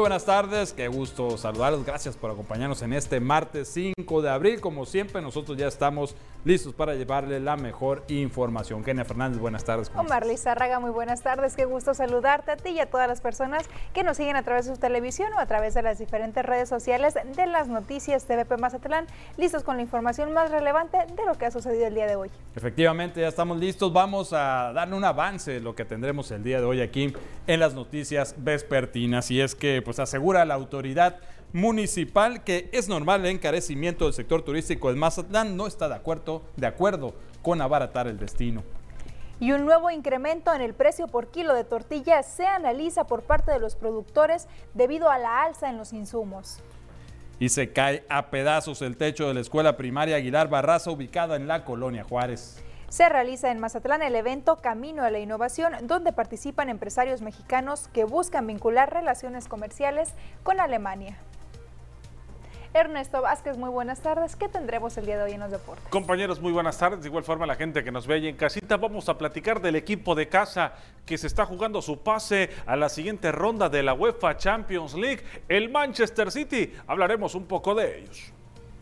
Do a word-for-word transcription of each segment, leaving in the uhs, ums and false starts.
buenas tardes, qué gusto saludarlos, gracias por acompañarnos en este martes cinco de abril. Como siempre, nosotros ya estamos listos para llevarle la mejor información. Kenia Fernández, buenas tardes. Omar Lizárraga, muy buenas tardes, qué gusto saludarte a ti y a todas las personas que nos siguen a través de su televisión o a través de las diferentes redes sociales de las noticias T V P Mazatlán, listos con la información más relevante de lo que ha sucedido el día de hoy. Efectivamente, ya estamos listos, vamos a darle un avance de lo que tendremos el día de hoy aquí en las noticias vespertinas, y es que pues asegura la autoridad municipal que es normal el encarecimiento del sector turístico de Mazatlán, no está de acuerdo, de acuerdo con abaratar el destino. Y un nuevo incremento en el precio por kilo de tortilla se analiza por parte de los productores debido a la alza en los insumos. Y se cae a pedazos el techo de la escuela primaria Aguilar Barraza, ubicada en la Colonia Juárez. Se realiza en Mazatlán el evento Camino a la Innovación, donde participan empresarios mexicanos que buscan vincular relaciones comerciales con Alemania. Ernesto Vázquez, muy buenas tardes. ¿Qué tendremos el día de hoy en los deportes? Compañeros, muy buenas tardes. De igual forma, la gente que nos ve ahí en casita, vamos a platicar del equipo de casa que se está jugando su pase a la siguiente ronda de la UEFA Champions League, el Manchester City. Hablaremos un poco de ellos.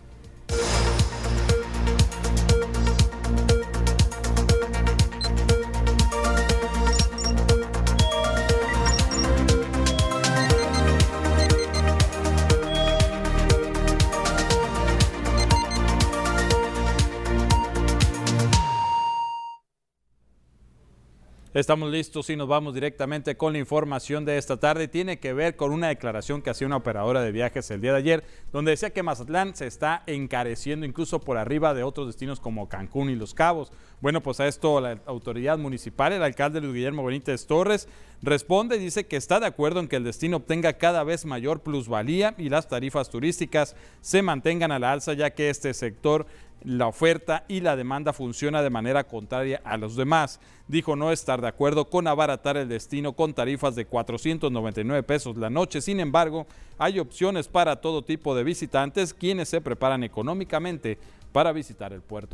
Estamos listos y nos vamos directamente con la información de esta tarde. Tiene que ver con una declaración que hacía una operadora de viajes el día de ayer, donde decía que Mazatlán se está encareciendo incluso por arriba de otros destinos como Cancún y Los Cabos. Bueno, pues a esto la autoridad municipal, el alcalde Luis Guillermo Benítez Torres, responde y dice que está de acuerdo en que el destino obtenga cada vez mayor plusvalía y las tarifas turísticas se mantengan a la alza, ya que este sector, la oferta y la demanda funciona de manera contraria a los demás. Dijo no estar de acuerdo con abaratar el destino con tarifas de cuatrocientos noventa y nueve pesos la noche. Sin embargo, hay opciones para todo tipo de visitantes quienes se preparan económicamente para visitar el puerto.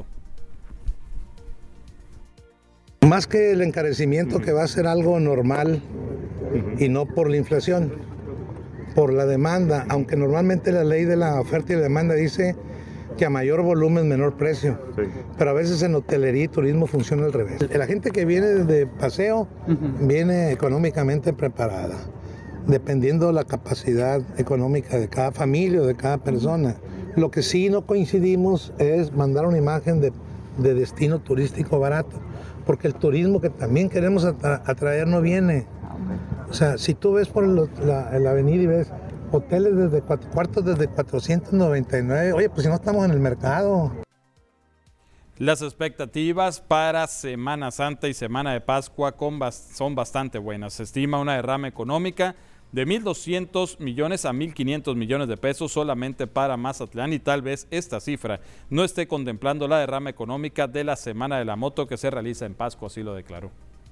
Más que el encarecimiento, que va a ser algo normal y no por la inflación, por la demanda, aunque normalmente la ley de la oferta y la demanda dice que a mayor volumen, menor precio. Sí. Pero a veces en hotelería y turismo funciona al revés. La gente que viene de paseo uh-huh. viene económicamente preparada, dependiendo de la capacidad económica de cada familia o de cada persona. Uh-huh. Lo que sí no coincidimos es mandar una imagen de, de destino turístico barato, porque el turismo que también queremos atra- atraer no viene. O sea, si tú ves por lo, la, la avenida y ves hoteles desde cuatro cuartos desde cuatrocientos noventa y nueve, oye, pues si no estamos en el mercado. Las expectativas para Semana Santa y Semana de Pascua con bas- son bastante buenas. Se estima una derrama económica de mil doscientos millones a mil quinientos millones de pesos solamente para Mazatlán, y tal vez esta cifra no esté contemplando la derrama económica de la Semana de la Moto que se realiza en Pascua, así lo declaró.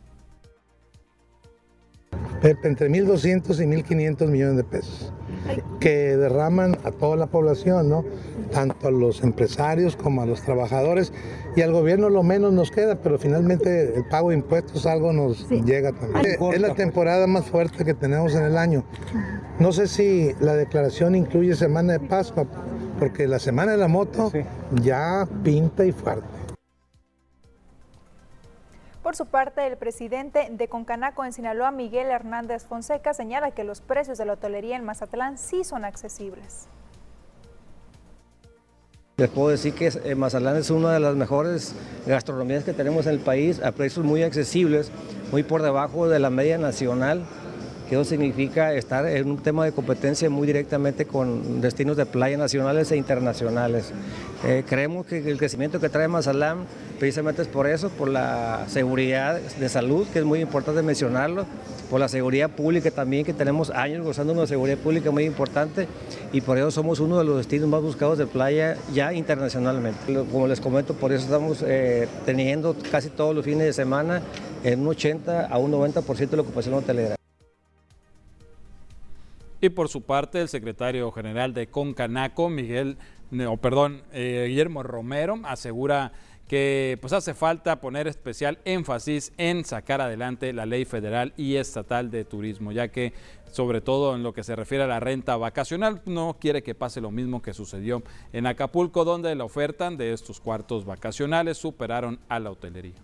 Entre mil doscientos y mil quinientos millones de pesos que derraman a toda la población, ¿no? Tanto a los empresarios como a los trabajadores, y al gobierno lo menos nos queda, pero finalmente el pago de impuestos algo nos sí. llega también. Es la temporada más fuerte que tenemos en el año. No sé si la declaración incluye Semana de Pascua, porque la Semana de la Moto sí. ya pinta y fuerte. Por su parte, el presidente de Concanaco en Sinaloa, Miguel Hernández Fonseca, señala que los precios de la hotelería en Mazatlán sí son accesibles. Les puedo decir que Mazatlán es una de las mejores gastronomías que tenemos en el país, a precios muy accesibles, muy por debajo de la media nacional, que eso significa estar en un tema de competencia muy directamente con destinos de playa nacionales e internacionales. Eh, creemos que el crecimiento que trae Mazatlán precisamente es por eso, por la seguridad de salud, que es muy importante mencionarlo, por la seguridad pública también, que tenemos años gozando de una seguridad pública muy importante, y por eso somos uno de los destinos más buscados de playa ya internacionalmente. Como les comento, por eso estamos eh, teniendo casi todos los fines de semana en un ochenta a un noventa por ciento de la ocupación hotelera. Y por su parte, el secretario general de Concanaco, Miguel, no, perdón, eh, Guillermo Romero, asegura que pues hace falta poner especial énfasis en sacar adelante la ley federal y estatal de turismo, ya que sobre todo en lo que se refiere a la renta vacacional, no quiere que pase lo mismo que sucedió en Acapulco, donde la oferta de estos cuartos vacacionales superaron a la hotelería.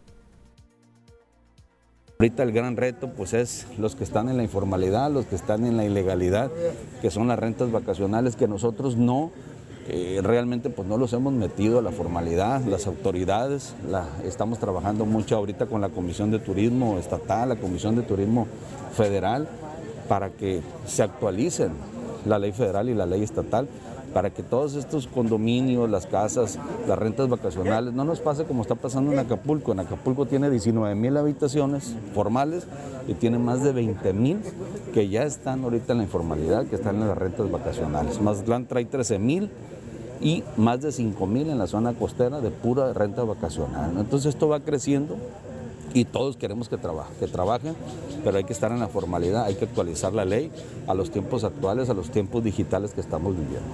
Ahorita el gran reto pues es los que están en la informalidad, los que están en la ilegalidad, que son las rentas vacacionales, que nosotros no Eh, realmente pues no los hemos metido a la formalidad, las autoridades, la, estamos trabajando mucho ahorita con la Comisión de Turismo Estatal, la Comisión de Turismo Federal, para que se actualicen la ley federal y la ley estatal, para que todos estos condominios, las casas, las rentas vacacionales, no nos pase como está pasando en Acapulco. En Acapulco tiene diecinueve mil habitaciones formales y tiene más de veinte mil que ya están ahorita en la informalidad, que están en las rentas vacacionales. Mazatlán trae trece mil y más de cinco mil en la zona costera de pura renta vacacional, ¿no? Entonces esto va creciendo y todos queremos que, trabaje, que trabajen, pero hay que estar en la formalidad, hay que actualizar la ley a los tiempos actuales, a los tiempos digitales que estamos viviendo.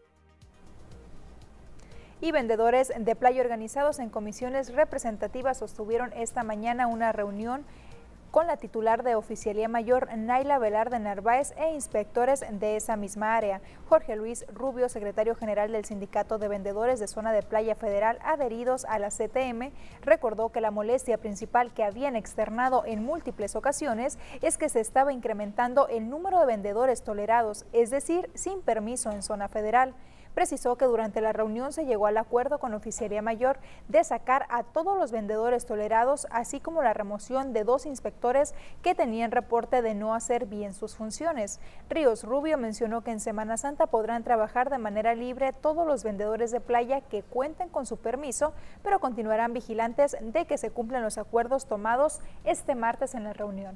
Y vendedores de playa organizados en comisiones representativas sostuvieron esta mañana una reunión con la titular de Oficialía Mayor, Naila Velarde Narváez, e inspectores de esa misma área. Jorge Luis Rubio, secretario general del Sindicato de Vendedores de Zona de Playa Federal adheridos a la C T M, recordó que la molestia principal que habían externado en múltiples ocasiones es que se estaba incrementando el número de vendedores tolerados, es decir, sin permiso en zona federal. Precisó que durante la reunión se llegó al acuerdo con Oficialía Mayor de sacar a todos los vendedores tolerados, así como la remoción de dos inspectores que tenían reporte de no hacer bien sus funciones. Ríos Rubio mencionó que en Semana Santa podrán trabajar de manera libre todos los vendedores de playa que cuenten con su permiso, pero continuarán vigilantes de que se cumplan los acuerdos tomados este martes en la reunión.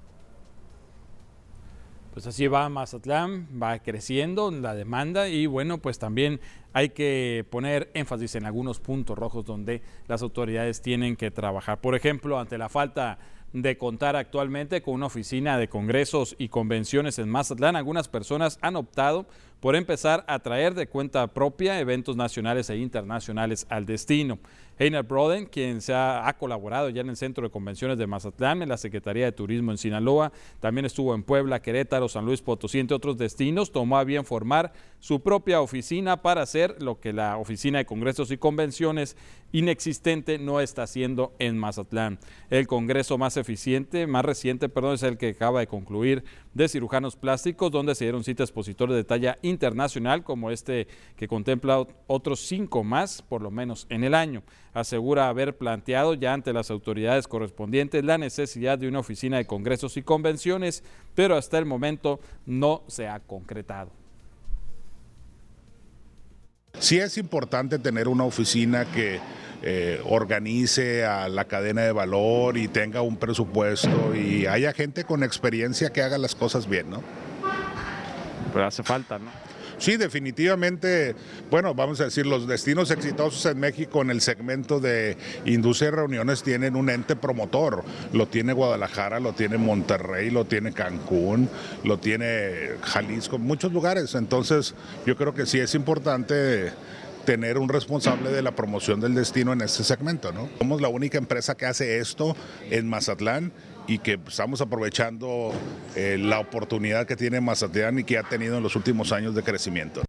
Pues así va Mazatlán, va creciendo la demanda y bueno, pues también hay que poner énfasis en algunos puntos rojos donde las autoridades tienen que trabajar. Por ejemplo, ante la falta de contar actualmente con una oficina de congresos y convenciones en Mazatlán, algunas personas han optado por empezar a traer de cuenta propia eventos nacionales e internacionales al destino. Heiner Broden, quien se ha, ha colaborado ya en el Centro de Convenciones de Mazatlán, en la Secretaría de Turismo en Sinaloa, también estuvo en Puebla, Querétaro, San Luis Potosí, entre otros destinos, tomó a bien formar su propia oficina para hacer lo que la Oficina de Congresos y Convenciones inexistente no está haciendo en Mazatlán. El congreso más eficiente, más reciente, perdón, es el que acaba de concluir de cirujanos plásticos, donde se dieron cita a expositores de talla internacional, como este que contempla otros cinco más, por lo menos en el año. Asegura haber planteado ya ante las autoridades correspondientes la necesidad de una oficina de congresos y convenciones, pero hasta el momento no se ha concretado. Sí es importante tener una oficina que eh, organice a la cadena de valor y tenga un presupuesto y haya gente con experiencia que haga las cosas bien, ¿no? Pero hace falta, ¿no? Sí, definitivamente, bueno, vamos a decir, los destinos exitosos en México en el segmento de industria de reuniones tienen un ente promotor. Lo tiene Guadalajara, lo tiene Monterrey, lo tiene Cancún, lo tiene Jalisco, muchos lugares. Entonces, yo creo que sí es importante tener un responsable de la promoción del destino en ese segmento, ¿no? Somos la única empresa que hace esto en Mazatlán y que estamos aprovechando eh, la oportunidad que tiene Mazatlán y que ha tenido en los últimos años de crecimiento.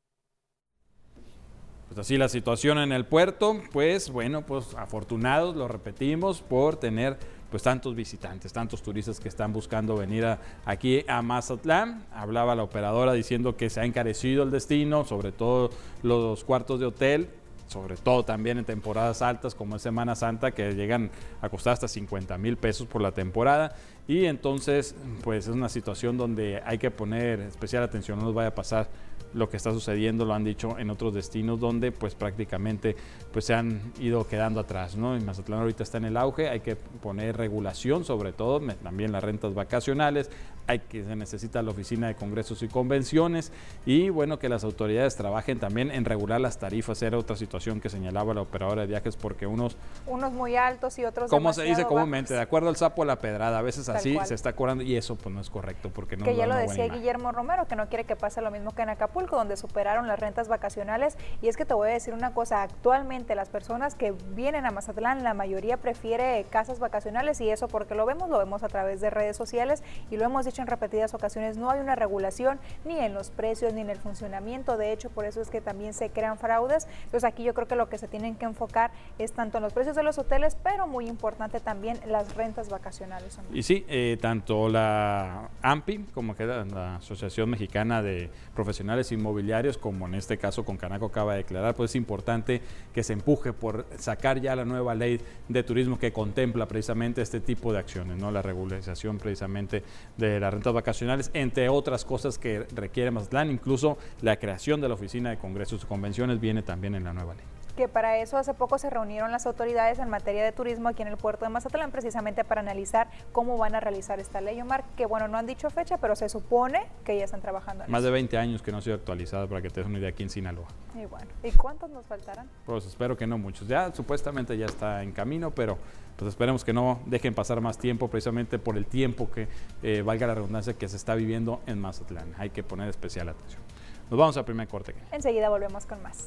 Pues así la situación en el puerto, pues bueno, pues afortunados, lo repetimos, por tener pues tantos visitantes, tantos turistas que están buscando venir a, aquí a Mazatlán. Hablaba la operadora diciendo que se ha encarecido el destino, sobre todo los cuartos de hotel, sobre todo también en temporadas altas como es Semana Santa, que llegan a costar hasta cincuenta mil pesos por la temporada, y entonces pues es una situación donde hay que poner especial atención, no nos vaya a pasar lo que está sucediendo, lo han dicho en otros destinos donde pues prácticamente pues se han ido quedando atrás, ¿no? En Mazatlán ahorita está en el auge, hay que poner regulación, sobre todo también las rentas vacacionales, hay que se necesita la oficina de congresos y convenciones, y bueno, que las autoridades trabajen también en regular las tarifas. Era otra situación que señalaba la operadora de viajes, porque unos unos muy altos y otros como se dice comúnmente, bajos. de acuerdo al sapo a la pedrada, a veces así se está cobrando y eso pues no es correcto porque no que ya da lo una decía buena Guillermo Romero, que no quiere que pase lo mismo que en Acapulco, donde superaron las rentas vacacionales. Y es que te voy a decir una cosa, actualmente las personas que vienen a Mazatlán, la mayoría prefiere casas vacacionales, y eso porque lo vemos, lo vemos a través de redes sociales y lo hemos dicho en repetidas ocasiones, no hay una regulación ni en los precios ni en el funcionamiento. De hecho, por eso es que también se crean fraudes. Entonces aquí yo creo que lo que se tienen que enfocar es tanto en los precios de los hoteles, pero muy importante también las rentas vacacionales. ¿No? Y sí, eh, tanto la A M P I, como que la, la Asociación Mexicana de Profesionales Inmobiliarios, como en este caso con Canaco acaba de declarar, pues es importante que se empuje por sacar ya la nueva ley de turismo que contempla precisamente este tipo de acciones, ¿no? La regularización precisamente de las rentas vacacionales, entre otras cosas que requiere Mazatlán, incluso la creación de la Oficina de Congresos y Convenciones viene también en la nueva ley. Que para eso hace poco se reunieron las autoridades en materia de turismo aquí en el puerto de Mazatlán, precisamente para analizar cómo van a realizar esta ley, Omar, que bueno, no han dicho fecha, pero se supone que ya están trabajando en Más eso. de veinte años que no ha sido actualizada, para que te des una idea, aquí en Sinaloa. Y bueno, ¿y cuántos nos faltarán? Pues espero que no muchos, ya supuestamente ya está en camino, pero pues esperemos que no dejen pasar más tiempo, precisamente por el tiempo que, eh, valga la redundancia, que se está viviendo en Mazatlán. Hay que poner especial atención. Nos vamos al primer corte. Enseguida volvemos con más.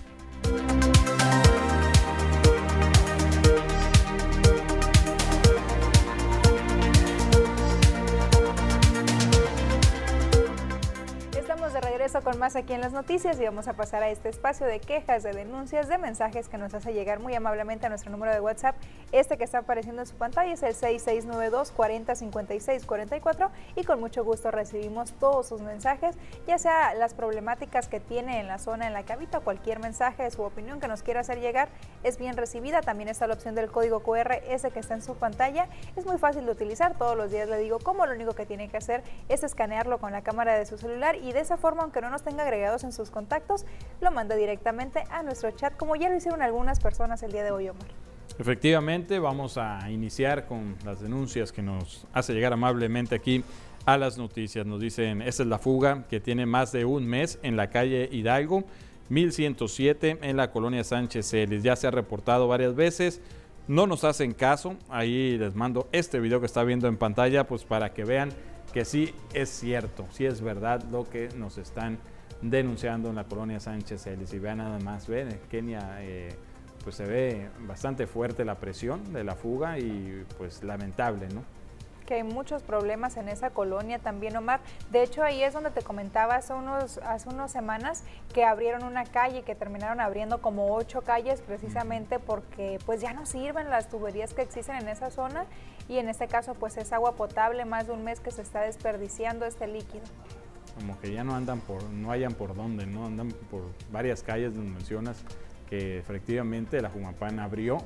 Estamos de regreso con más aquí en las noticias y vamos a pasar a este espacio de quejas, de denuncias, de mensajes que nos hace llegar muy amablemente a nuestro número de WhatsApp. Este que está apareciendo en su pantalla es el seis seis nueve dos, cuarenta, cincuenta y seis, cuarenta y cuatro, y con mucho gusto recibimos todos sus mensajes, ya sea las problemáticas que tiene en la zona en la que habita, cualquier mensaje de su opinión que nos quiera hacer llegar es bien recibida. También está la opción del código cu erre, ese que está en su pantalla. Es muy fácil de utilizar, todos los días le digo cómo. Lo único que tiene que hacer es escanearlo con la cámara de su celular y de esa forma, aunque no nos tenga agregados en sus contactos, lo manda directamente a nuestro chat, como ya lo hicieron algunas personas el día de hoy, Omar. Efectivamente, vamos a iniciar con las denuncias que nos hace llegar amablemente aquí a las noticias. Nos dicen, esta es la fuga que tiene más de un mes en la calle Hidalgo, mil ciento siete, en la colonia Sánchez Celis. Ya se ha reportado varias veces, no nos hacen caso. Ahí les mando este video que está viendo en pantalla, pues para que vean que sí es cierto, sí es verdad lo que nos están denunciando en la colonia Sánchez Celis. Y vean nada más, ven, Kenia, eh, pues se ve bastante fuerte la presión de la fuga y pues lamentable, ¿no? Que hay muchos problemas en esa colonia también, Omar. De hecho, ahí es donde te comentaba hace unos hace unas semanas que abrieron una calle, que terminaron abriendo como ocho calles, precisamente porque pues ya no sirven las tuberías que existen en esa zona, y en este caso pues es agua potable, más de un mes que se está desperdiciando este líquido. Como que ya no andan por, no hayan por dónde, ¿no? Andan por varias calles donde mencionas que efectivamente la Jumapan abrió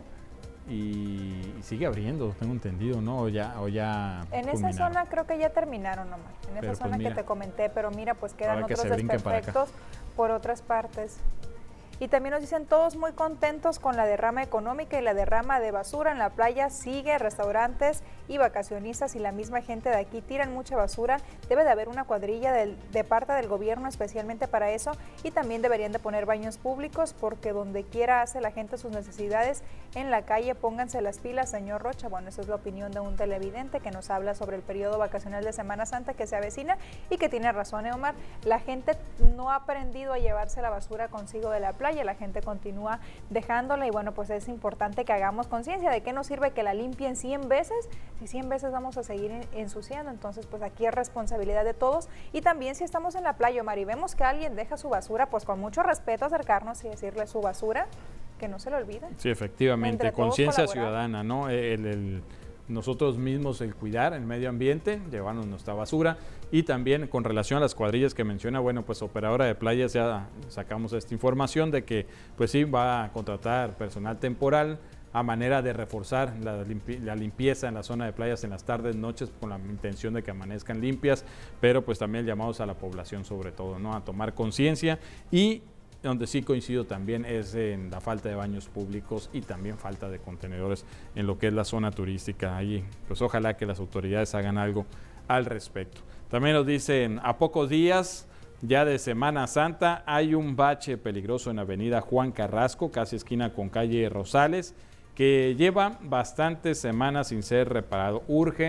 y, y sigue abriendo, tengo entendido, ¿no? O ya, o ya En esa culminaron. zona creo que ya terminaron, Omar, en esa Pero, zona pues, mira, que te comenté, pero mira, pues quedan que otros se brinquen para acá. desperfectos por otras partes. Y también nos dicen todos muy contentos con la derrama económica y la derrama de basura en la playa sigue. Restaurantes y vacacionistas y la misma gente de aquí tiran mucha basura. Debe de haber una cuadrilla del, de parte del gobierno especialmente para eso, y también deberían de poner baños públicos, porque donde quiera hace la gente sus necesidades en la calle. Pónganse las pilas, señor Rocha. Bueno, esa es la opinión de un televidente que nos habla sobre el periodo vacacional de Semana Santa que se avecina, y que tiene razón, ¿eh, Omar? La gente no ha aprendido a llevarse la basura consigo de la playa, la gente continúa dejándola, y bueno, pues es importante que hagamos conciencia de qué nos sirve que la limpien cien veces, si cien veces vamos a seguir ensuciando. Entonces pues aquí es responsabilidad de todos, y también si estamos en la playa, Omar, y vemos que alguien deja su basura, pues con mucho respeto acercarnos y decirle su basura, que no se le olvide. Sí, efectivamente, conciencia ciudadana, ¿no? El, el, nosotros mismos el cuidar el medio ambiente, llevarnos nuestra basura. Y también con relación a las cuadrillas que menciona, bueno, pues Operadora de Playas ya sacamos esta información de que pues sí va a contratar personal temporal a manera de reforzar la, limpi la limpieza en la zona de playas en las tardes, noches, con la intención de que amanezcan limpias, pero pues también llamados a la población sobre todo, ¿no? A tomar conciencia. Y donde sí coincido también es en la falta de baños públicos y también falta de contenedores en lo que es la zona turística. Ahí pues ojalá que las autoridades hagan algo al respecto. También nos dicen, a pocos días ya de Semana Santa hay un bache peligroso en avenida Juan Carrasco, casi esquina con calle Rosales, que lleva bastantes semanas sin ser reparado. Urge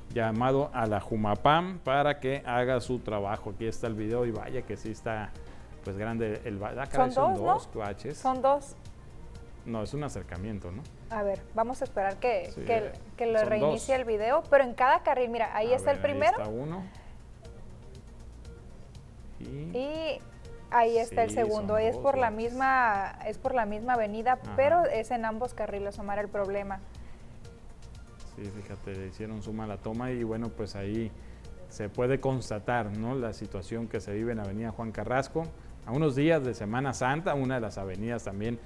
llamado a la Jumapam para que haga su trabajo. Aquí está el video y vaya que sí está pues grande el bache. Son, son dos, dos ¿no? baches. Son dos. No, es un acercamiento, ¿no? A ver, vamos a esperar que, Sí, que, que lo son reinicie dos. el video, pero en cada carril, mira, ahí A está ver, el primero. Ahí está uno. Y, Y ahí está el Sí, segundo. son Es dos por la baches. misma, es por la misma avenida, Ajá. pero es en ambos carriles, Omar, el problema. sí, fíjate, le hicieron suma a la toma y bueno, pues ahí se puede constatar, ¿no?, la situación que se vive en Avenida Juan Carrasco. A unos días de Semana Santa, una de las avenidas también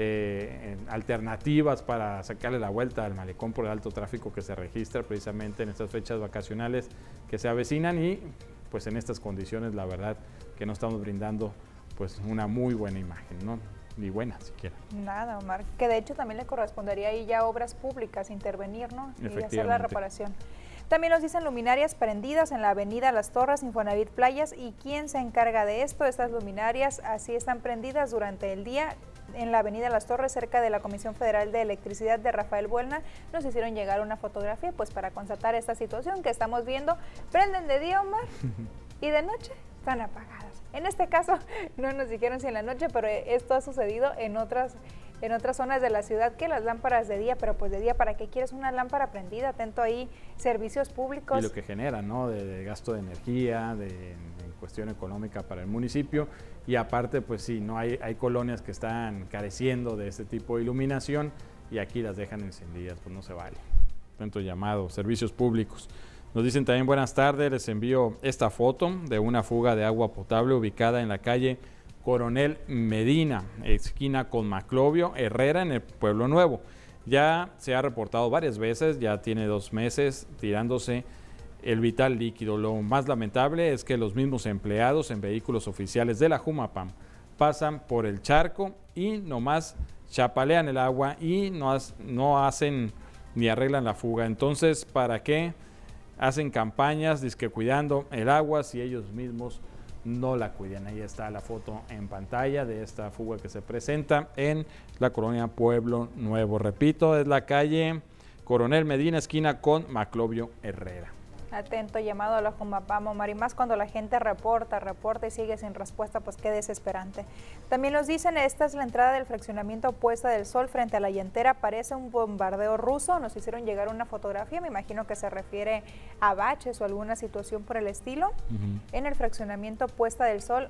eh, en alternativas para sacarle la vuelta al malecón por el alto tráfico que se registra precisamente en estas fechas vacacionales que se avecinan y pues en estas condiciones la verdad que no estamos brindando pues una muy buena imagen, ¿no? Ni buena siquiera. Nada, Omar, que de hecho también le correspondería ahí ya a obras públicas intervenir, ¿no? Y hacer la Efectivamente. reparación. También nos dicen luminarias prendidas en la avenida Las Torres, Infonavit Playas. ¿Y quién se encarga de esto? Estas luminarias así están prendidas durante el día en la avenida Las Torres, cerca de la Comisión Federal de Electricidad de Rafael Buelna. Nos hicieron llegar una fotografía pues para constatar esta situación que estamos viendo. Prenden de día, Omar, y de noche están apagadas. En este caso no nos dijeron si en la noche, pero esto ha sucedido en otras en otras zonas de la ciudad, que las lámparas de día, pero pues de día, ¿para qué quieres una lámpara prendida? Atento ahí, servicios públicos. Y lo que genera, ¿no?, de, de gasto de energía, de, de cuestión económica para el municipio. Y aparte, pues sí, no hay, hay colonias que están careciendo de este tipo de iluminación y aquí las dejan encendidas, pues no se vale. Tanto llamado, servicios públicos. Nos dicen también buenas tardes, les envío esta foto de una fuga de agua potable ubicada en la calle Coronel Medina, esquina con Maclovio Herrera en el Pueblo Nuevo. Ya se ha reportado varias veces, ya tiene dos meses tirándose el vital líquido. Lo más lamentable es que los mismos empleados en vehículos oficiales de la Jumapam pasan por el charco y nomás chapalean el agua y no, no hacen ni arreglan la fuga. Entonces, ¿para qué hacen campañas dizque cuidando el agua si ellos mismos no la cuidan? Ahí está la foto en pantalla de esta fuga que se presenta en la colonia Pueblo Nuevo. Repito, es la calle Coronel Medina, esquina con Maclovio Herrera. Atento llamado a la Jumapam, Omar, y más cuando la gente reporta, reporta y sigue sin respuesta, pues qué desesperante. También nos dicen, esta es la entrada del fraccionamiento Puesta del Sol frente a la llantera, parece un bombardeo ruso. Nos hicieron llegar una fotografía, me imagino que se refiere a baches o alguna situación por el estilo. Uh-huh. En el fraccionamiento Puesta del Sol,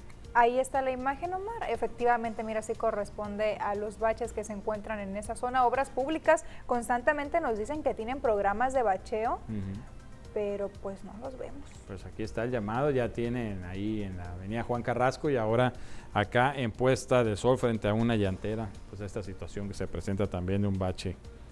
ahí está la imagen, Omar. Efectivamente, mira, sí corresponde a los baches que se encuentran en esa zona. Obras públicas constantemente nos dicen que tienen programas de bacheo, uh-huh, pero pues no los vemos. Pues aquí está el llamado, ya tienen ahí en la avenida Juan Carrasco y ahora acá en Puesta del Sol frente a una llantera, pues esta situación que se presenta también de un bache.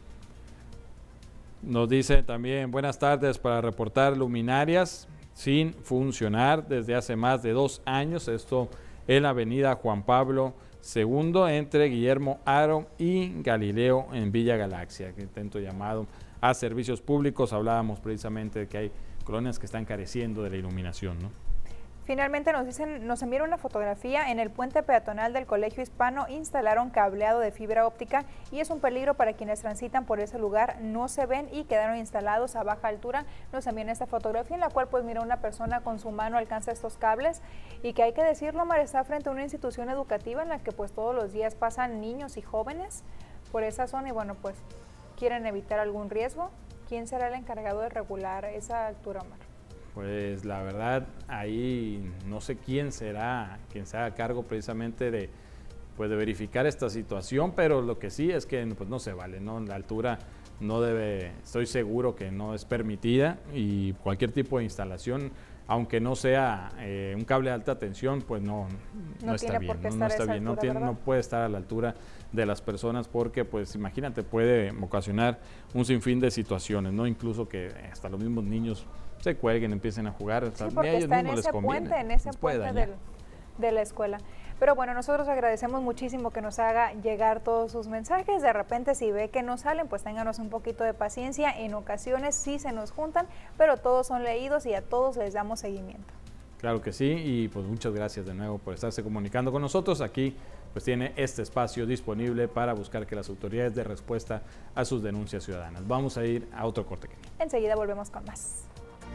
Nos dice también, buenas tardes, para reportar luminarias sin funcionar desde hace más de dos años, esto en la avenida Juan Pablo segundo entre Guillermo Aro y Galileo en Villa Galaxia. Que intento llamado a servicios públicos, hablábamos precisamente de que hay colonias que están careciendo de la iluminación, ¿no? Finalmente nos dicen, nos enviaron una fotografía. En el puente peatonal del Colegio Hispano instalaron cableado de fibra óptica y es un peligro para quienes transitan por ese lugar, no se ven y quedaron instalados a baja altura. Nos envían esta fotografía en la cual pues mira una persona con su mano alcanza estos cables y que hay que decirlo, Omar, está frente a una institución educativa en la que pues todos los días pasan niños y jóvenes por esa zona y bueno, pues quieren evitar algún riesgo. ¿Quién será el encargado de regular esa altura, Omar? Pues la verdad, ahí no sé quién será, quien se haga cargo precisamente de, pues, de verificar esta situación, pero lo que sí es que pues, no se vale, ¿no? La altura no debe, estoy seguro que no es permitida y cualquier tipo de instalación, aunque no sea eh, un cable de alta tensión, pues no, no, no está bien, no, no está bien, altura, no, tiene, no puede estar a la altura de las personas porque, pues imagínate, puede ocasionar un sinfín de situaciones, ¿no? Incluso que hasta los mismos niños se cuelguen, empiecen a jugar, sí, porque ni a ellos está en ese puente, en ese puente del, de la escuela. Pero bueno, nosotros agradecemos muchísimo que nos haga llegar todos sus mensajes. De repente si ve que no salen, pues ténganos un poquito de paciencia. En ocasiones sí se nos juntan, pero todos son leídos y a todos les damos seguimiento. Claro que sí, y pues muchas gracias de nuevo por estarse comunicando con nosotros aquí pues tiene este espacio disponible para buscar que las autoridades den respuesta a sus denuncias ciudadanas. Vamos a ir a otro corte. Enseguida volvemos con más.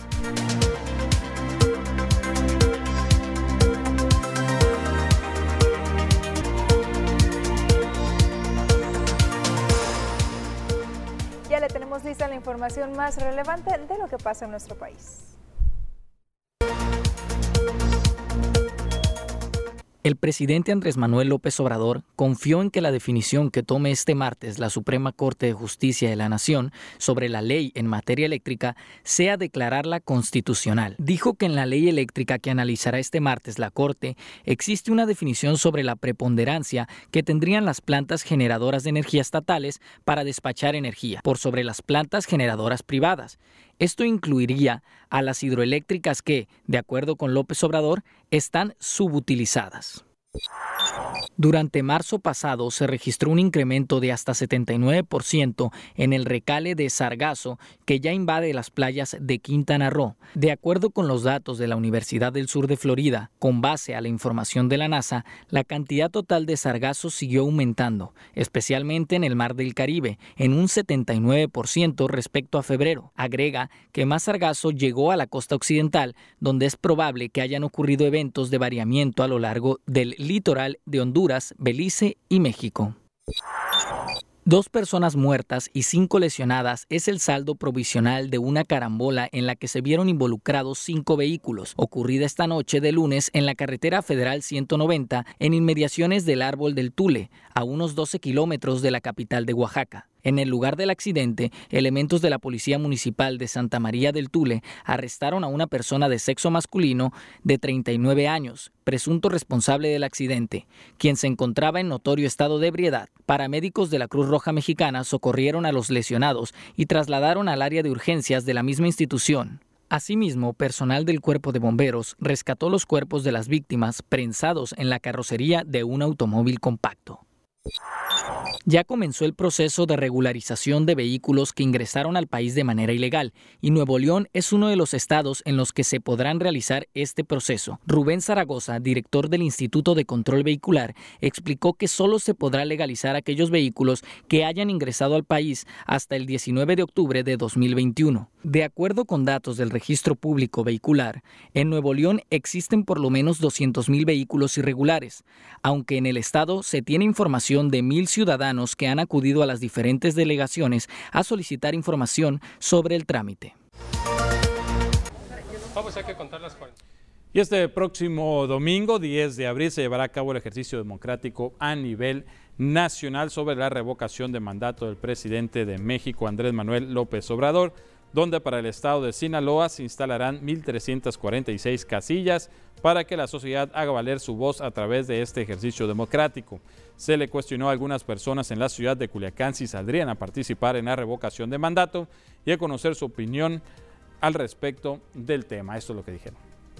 Ya le tenemos lista la información más relevante de lo que pasa en nuestro país. El presidente Andrés Manuel López Obrador confió en que la definición que tome este martes la Suprema Corte de Justicia de la Nación sobre la ley en materia eléctrica sea declararla constitucional. Dijo que en la ley eléctrica que analizará este martes la Corte existe una definición sobre la preponderancia que tendrían las plantas generadoras de energía estatales para despachar energía por sobre las plantas generadoras privadas. Esto incluiría a las hidroeléctricas que, de acuerdo con López Obrador, están subutilizadas. Durante marzo pasado se registró un incremento de hasta setenta y nueve por ciento en el recale de sargazo que ya invade las playas de Quintana Roo. De acuerdo con los datos de la Universidad del Sur de Florida, con base a la información de la NASA, la cantidad total de sargazo siguió aumentando, especialmente en el Mar del Caribe, en un setenta y nueve por ciento respecto a febrero. Agrega que más sargazo llegó a la costa occidental, donde es probable que hayan ocurrido eventos de variamiento a lo largo del litoral de Honduras, Belice y México. Dos personas muertas y cinco lesionadas es el saldo provisional de una carambola en la que se vieron involucrados cinco vehículos, ocurrida esta noche de lunes en la carretera federal ciento noventa en inmediaciones del Árbol del Tule, a unos doce kilómetros de la capital de Oaxaca. En el lugar del accidente, elementos de la Policía Municipal de Santa María del Tule arrestaron a una persona de sexo masculino de treinta y nueve años, presunto responsable del accidente, quien se encontraba en notorio estado de ebriedad. Paramédicos de la Cruz Roja Mexicana socorrieron a los lesionados y trasladaron al área de urgencias de la misma institución. Asimismo, personal del Cuerpo de Bomberos rescató los cuerpos de las víctimas prensados en la carrocería de un automóvil compacto. Ya comenzó el proceso de regularización de vehículos que ingresaron al país de manera ilegal y Nuevo León es uno de los estados en los que se podrán realizar este proceso. Rubén Zaragoza, director del Instituto de Control Vehicular, explicó que solo se podrá legalizar aquellos vehículos que hayan ingresado al país hasta el diecinueve de octubre de dos mil veintiuno. De acuerdo con datos del Registro Público Vehicular, en Nuevo León existen por lo menos doscientos mil vehículos irregulares, aunque en el estado se tiene información de mil ciudadanos que han acudido a las diferentes delegaciones a solicitar información sobre el trámite. Vamos a que contar las cuarenta. Y este próximo domingo, diez de abril, se llevará a cabo el ejercicio democrático a nivel nacional sobre la revocación de mandato del presidente de México, Andrés Manuel López Obrador, donde para el estado de Sinaloa se instalarán mil trescientas cuarenta y seis casillas para que la sociedad haga valer su voz a través de este ejercicio democrático. Se le cuestionó a algunas personas en la ciudad de Culiacán si saldrían a participar en la revocación de mandato y a conocer su opinión al respecto del tema. Esto es lo que dijeron.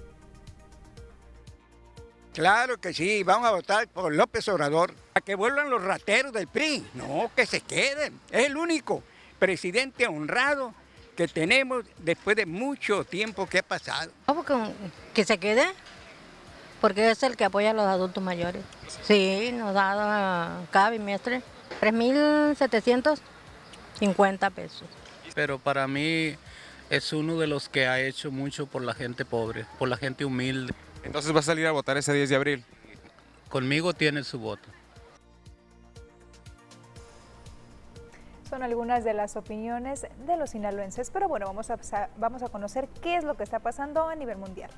Claro que sí, vamos a votar por López Obrador, a que vuelvan los rateros del P R I, no, que se queden, es el único presidente honrado que tenemos después de mucho tiempo que ha pasado. ¿Cómo que, que se quede? Porque es el que apoya a los adultos mayores. Sí, nos da cada bimestre tres mil setecientos cincuenta pesos. Pero para mí es uno de los que ha hecho mucho por la gente pobre, por la gente humilde. Entonces va a salir a votar ese diez de abril. Conmigo tiene su voto. Son algunas de las opiniones de los sinaloenses, pero bueno, vamos a, vamos a conocer qué es lo que está pasando a nivel mundial.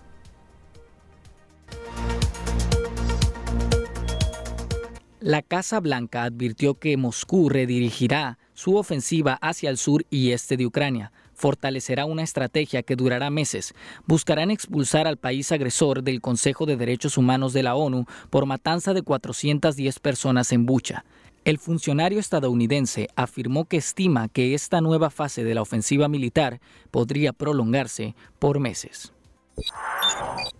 La Casa Blanca advirtió que Moscú redirigirá su ofensiva hacia el sur y este de Ucrania, fortalecerá una estrategia que durará meses, buscarán expulsar al país agresor del Consejo de Derechos Humanos de la ONU por matanza de cuatrocientas diez personas en Bucha. El funcionario estadounidense afirmó que estima que esta nueva fase de la ofensiva militar podría prolongarse por meses.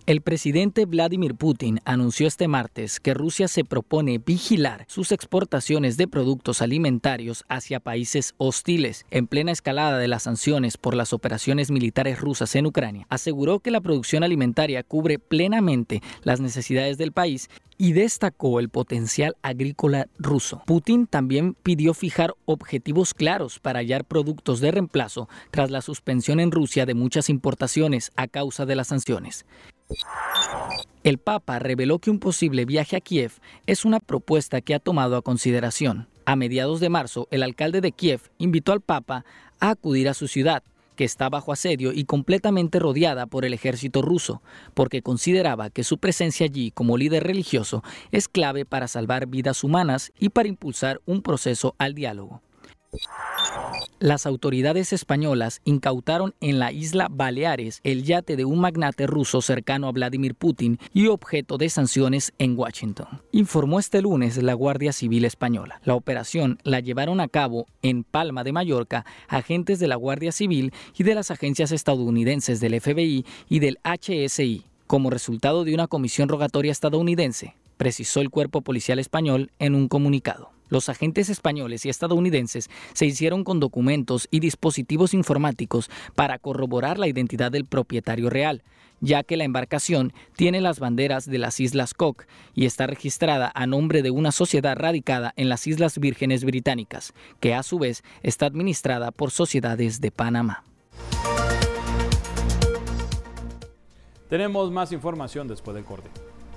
El presidente Vladimir Putin anunció este martes que Rusia se propone vigilar sus exportaciones de productos alimentarios hacia países hostiles. En plena escalada de las sanciones por las operaciones militares rusas en Ucrania, aseguró que la producción alimentaria cubre plenamente las necesidades del país y destacó el potencial agrícola ruso. Putin también pidió fijar objetivos claros para hallar productos de reemplazo tras la suspensión en Rusia de muchas importaciones a causa de las sanciones. El Papa reveló que un posible viaje a Kiev es una propuesta que ha tomado a consideración. A mediados de marzo, el alcalde de Kiev invitó al Papa a acudir a su ciudad, que está bajo asedio y completamente rodeada por el ejército ruso, porque consideraba que su presencia allí como líder religioso es clave para salvar vidas humanas y para impulsar un proceso al diálogo. Las autoridades españolas incautaron en la isla Baleares el yate de un magnate ruso cercano a Vladimir Putin y objeto de sanciones en Washington, informó este lunes la Guardia Civil Española. La operación la llevaron a cabo en Palma de Mallorca agentes de la Guardia Civil y de las agencias estadounidenses del F B I y del H S I, como resultado de una comisión rogatoria estadounidense, precisó el cuerpo policial español en un comunicado. Los agentes españoles y estadounidenses se hicieron con documentos y dispositivos informáticos para corroborar la identidad del propietario real, ya que la embarcación tiene las banderas de las Islas Cook y está registrada a nombre de una sociedad radicada en las Islas Vírgenes Británicas, que a su vez está administrada por sociedades de Panamá. Tenemos más información después del corte.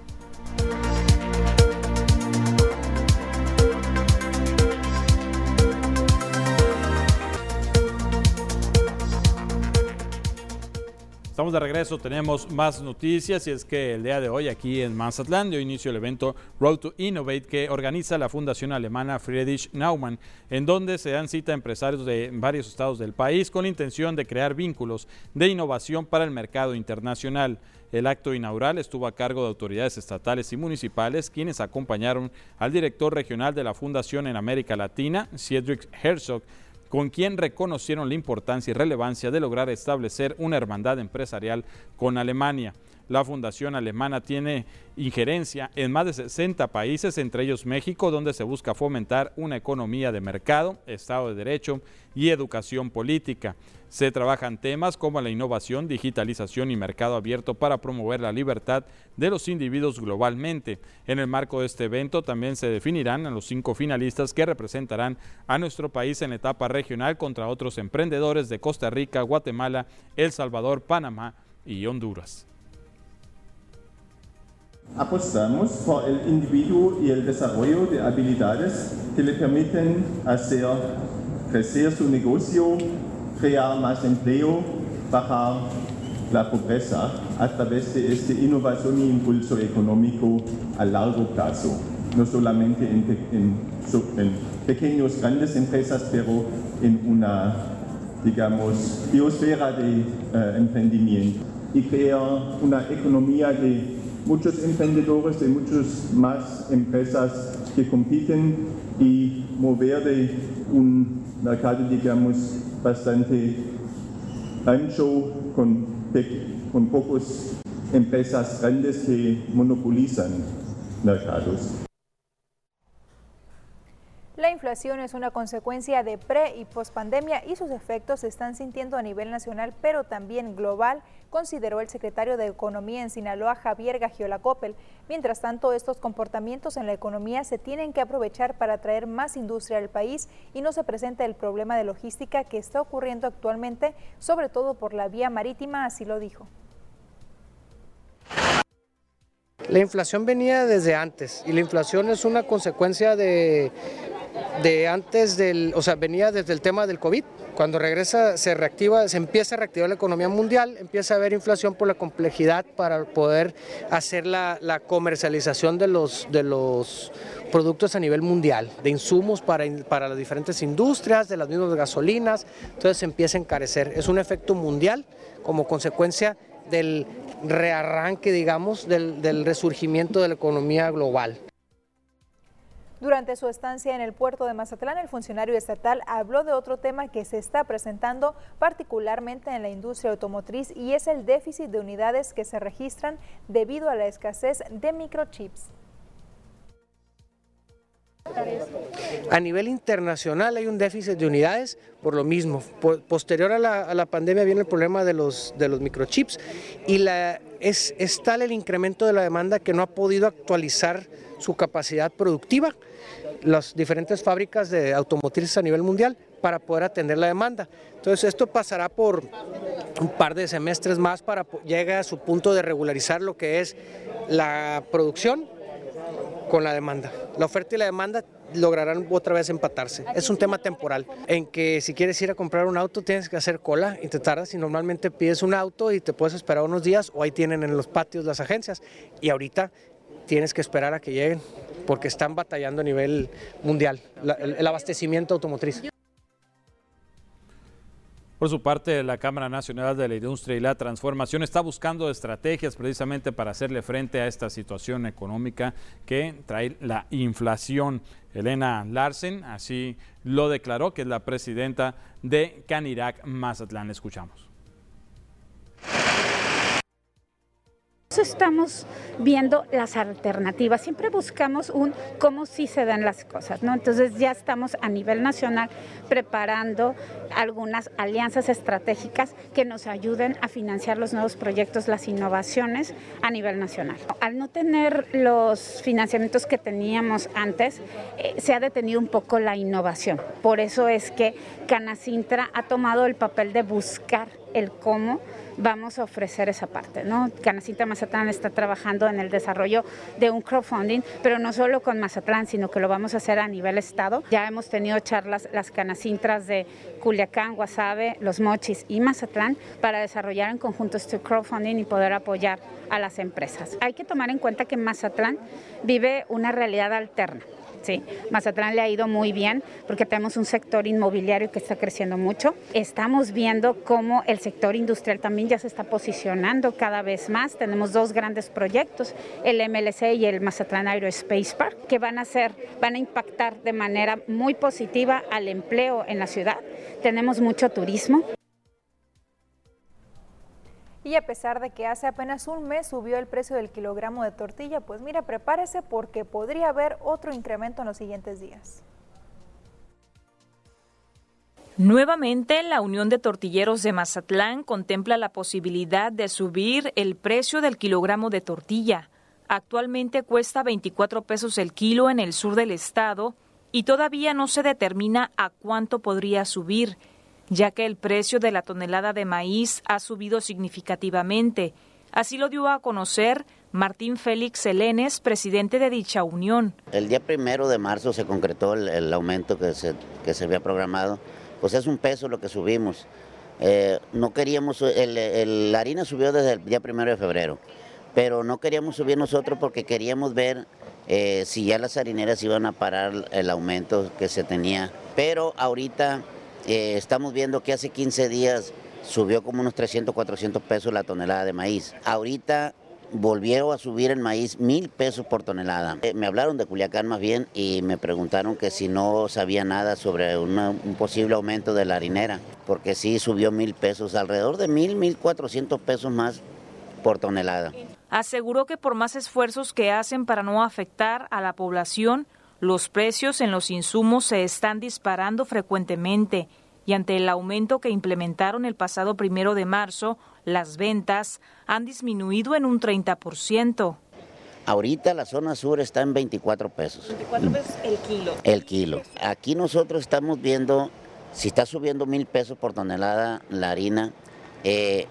Estamos de regreso, tenemos más noticias y es que el día de hoy aquí en Mazatlán dio inicio el evento Road to Innovate que organiza la fundación alemana Friedrich Naumann, en donde se dan cita a empresarios de varios estados del país con la intención de crear vínculos de innovación para el mercado internacional. El acto inaugural estuvo a cargo de autoridades estatales y municipales, quienes acompañaron al director regional de la fundación en América Latina, Cedric Herzog, con quien reconocieron la importancia y relevancia de lograr establecer una hermandad empresarial con Alemania. La fundación alemana tiene injerencia en más de sesenta países, entre ellos México, donde se busca fomentar una economía de mercado, Estado de Derecho y educación política. Se trabajan temas como la innovación, digitalización y mercado abierto para promover la libertad de los individuos globalmente. En el marco de este evento también se definirán a los cinco finalistas que representarán a nuestro país en la etapa regional contra otros emprendedores de Costa Rica, Guatemala, El Salvador, Panamá y Honduras. Apostamos por el individuo y el desarrollo de habilidades que le permiten hacer crecer su negocio, crear más empleo, bajar la pobreza a través de esta innovación y impulso económico a largo plazo, no solamente en, en, en pequeños, grandes empresas, pero en una, digamos, biosfera de uh, emprendimiento y crear una economía de muchos emprendedores, de muchas más empresas que compiten y mover de un mercado, digamos, bastante ancho con, con pocas empresas grandes que monopolizan mercados. La inflación es una consecuencia de pre- y pospandemia y sus efectos se están sintiendo a nivel nacional, pero también global, consideró el secretario de Economía en Sinaloa, Javier Gagiola Coppel. Mientras tanto, estos comportamientos en la economía se tienen que aprovechar para atraer más industria al país y no se presenta el problema de logística que está ocurriendo actualmente, sobre todo por la vía marítima, así lo dijo. La inflación venía desde antes y la inflación es una consecuencia de, de antes del, o sea, venía desde el tema del COVID. Cuando regresa, se reactiva, se empieza a reactivar la economía mundial, empieza a haber inflación por la complejidad para poder hacer la, la comercialización de los, de los productos a nivel mundial, de insumos para, para las diferentes industrias, de las mismas gasolinas, entonces se empieza a encarecer. Es un efecto mundial como consecuencia del rearranque, digamos, del, del resurgimiento de la economía global. Durante su estancia en el puerto de Mazatlán, el funcionario estatal habló de otro tema que se está presentando particularmente en la industria automotriz y es el déficit de unidades que se registran debido a la escasez de microchips. A nivel internacional hay un déficit de unidades por lo mismo. Posterior a la, a la pandemia viene el problema de los, de los microchips y la, es, es tal el incremento de la demanda que no ha podido actualizar su capacidad productiva las diferentes fábricas de automotrices a nivel mundial para poder atender la demanda. Entonces esto pasará por un par de semestres más para llegar a su punto de regularizar lo que es la producción con la demanda. La oferta y la demanda lograrán otra vez empatarse. Es un tema temporal, en que si quieres ir a comprar un auto tienes que hacer cola y te tardas y normalmente pides un auto y te puedes esperar unos días o ahí tienen en los patios las agencias y ahorita tienes que esperar a que lleguen porque están batallando a nivel mundial la, el, el abastecimiento automotriz. Por su parte, la Cámara Nacional de la Industria y la Transformación está buscando estrategias precisamente para hacerle frente a esta situación económica que trae la inflación. Elena Larsen así lo declaró, que es la presidenta de Canirac Mazatlán. Escuchamos. Estamos viendo las alternativas, siempre buscamos un cómo sí se dan las cosas, ¿no? Entonces ya estamos a nivel nacional preparando algunas alianzas estratégicas que nos ayuden a financiar los nuevos proyectos, las innovaciones a nivel nacional. Al no tener los financiamientos que teníamos antes, eh, se ha detenido un poco la innovación. Por eso es que Canacintra ha tomado el papel de buscar el cómo vamos a ofrecer esa parte, ¿no? Canacintra Mazatlán está trabajando en el desarrollo de un crowdfunding, pero no solo con Mazatlán, sino que lo vamos a hacer a nivel estado. Ya hemos tenido charlas, las Canacintras de Culiacán, Guasave, Los Mochis y Mazatlán, para desarrollar en conjunto este crowdfunding y poder apoyar a las empresas. Hay que tomar en cuenta que Mazatlán vive una realidad alterna. Sí, Mazatlán le ha ido muy bien porque tenemos un sector inmobiliario que está creciendo mucho. Estamos viendo cómo el sector industrial también ya se está posicionando cada vez más. Tenemos dos grandes proyectos, el M L C y el Mazatlán Aerospace Park, que van a ser, van a impactar de manera muy positiva al empleo en la ciudad. Tenemos mucho turismo. Y a pesar de que hace apenas un mes subió el precio del kilogramo de tortilla, pues mira, prepárese porque podría haber otro incremento en los siguientes días. Nuevamente, la Unión de Tortilleros de Mazatlán contempla la posibilidad de subir el precio del kilogramo de tortilla. Actualmente cuesta veinticuatro pesos el kilo en el sur del estado y todavía no se determina a cuánto podría subir, ya que el precio de la tonelada de maíz ha subido significativamente. Así lo dio a conocer Martín Félix Elenes, presidente de dicha unión. El día primero de marzo se concretó el, el aumento que se, que se había programado, pues es un peso lo que subimos. Eh, no queríamos, el, el, la harina subió desde el día primero de febrero, pero no queríamos subir nosotros porque queríamos ver eh, si ya las harineras iban a parar el aumento que se tenía. Pero ahorita Eh, estamos viendo que hace quince días subió como unos trescientos, cuatrocientos pesos la tonelada de maíz. Ahorita volvieron a subir el maíz mil pesos por tonelada. Eh, me hablaron de Culiacán más bien y me preguntaron que si no sabía nada sobre una, un posible aumento de la harinera, porque sí subió mil pesos, alrededor de mil, mil cuatrocientos pesos más por tonelada. Aseguró que por más esfuerzos que hacen para no afectar a la población, los precios en los insumos se están disparando frecuentemente y ante el aumento que implementaron el pasado primero de marzo, las ventas han disminuido en un treinta por ciento. Ahorita la zona sur está en veinticuatro pesos. veinticuatro pesos el kilo. El kilo. Aquí nosotros estamos viendo, si está subiendo mil pesos por tonelada la harina, eh,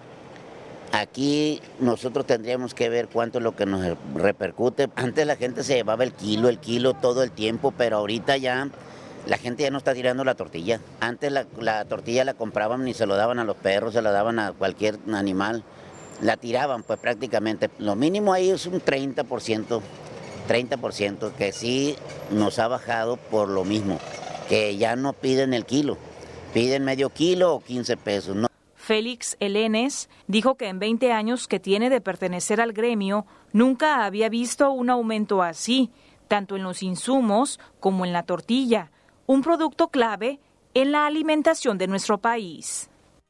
aquí nosotros tendríamos que ver cuánto es lo que nos repercute. Antes la gente se llevaba el kilo, el kilo todo el tiempo, pero ahorita ya la gente ya no está tirando la tortilla. Antes la, la tortilla la compraban y se lo daban a los perros, se la daban a cualquier animal. La tiraban pues prácticamente. Lo mínimo ahí es un treinta por ciento, treinta por ciento, que sí nos ha bajado por lo mismo, que ya no piden el kilo, piden medio kilo o quince pesos, ¿no? Félix Elenes dijo que en veinte años que tiene de pertenecer al gremio, nunca había visto un aumento así. tanto en los insumos como en la tortilla, un producto clave en la alimentación de nuestro país.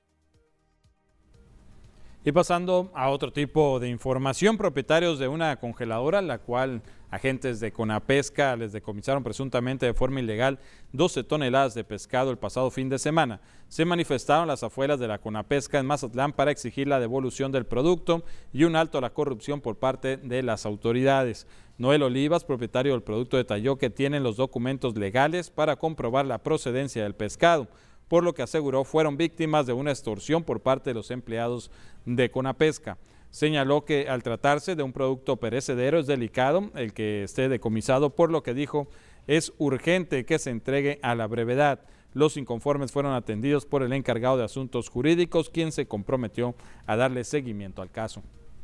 Y pasando a otro tipo de información, propietarios de una congeladora, la cual agentes de Conapesca les decomisaron presuntamente de forma ilegal doce toneladas de pescado el pasado fin de semana, se manifestaron a las afueras de la Conapesca en Mazatlán para exigir la devolución del producto y un alto a la corrupción por parte de las autoridades. Noel Olivas, propietario del producto, detalló que tienen los documentos legales para comprobar la procedencia del pescado, por lo que aseguró fueron víctimas de una extorsión por parte de los empleados de Conapesca. Señaló que al tratarse de un producto perecedero es delicado el que esté decomisado, por lo que dijo es urgente que se entregue a la brevedad. Los inconformes fueron atendidos por el encargado de asuntos jurídicos, quien se comprometió a darle seguimiento al caso.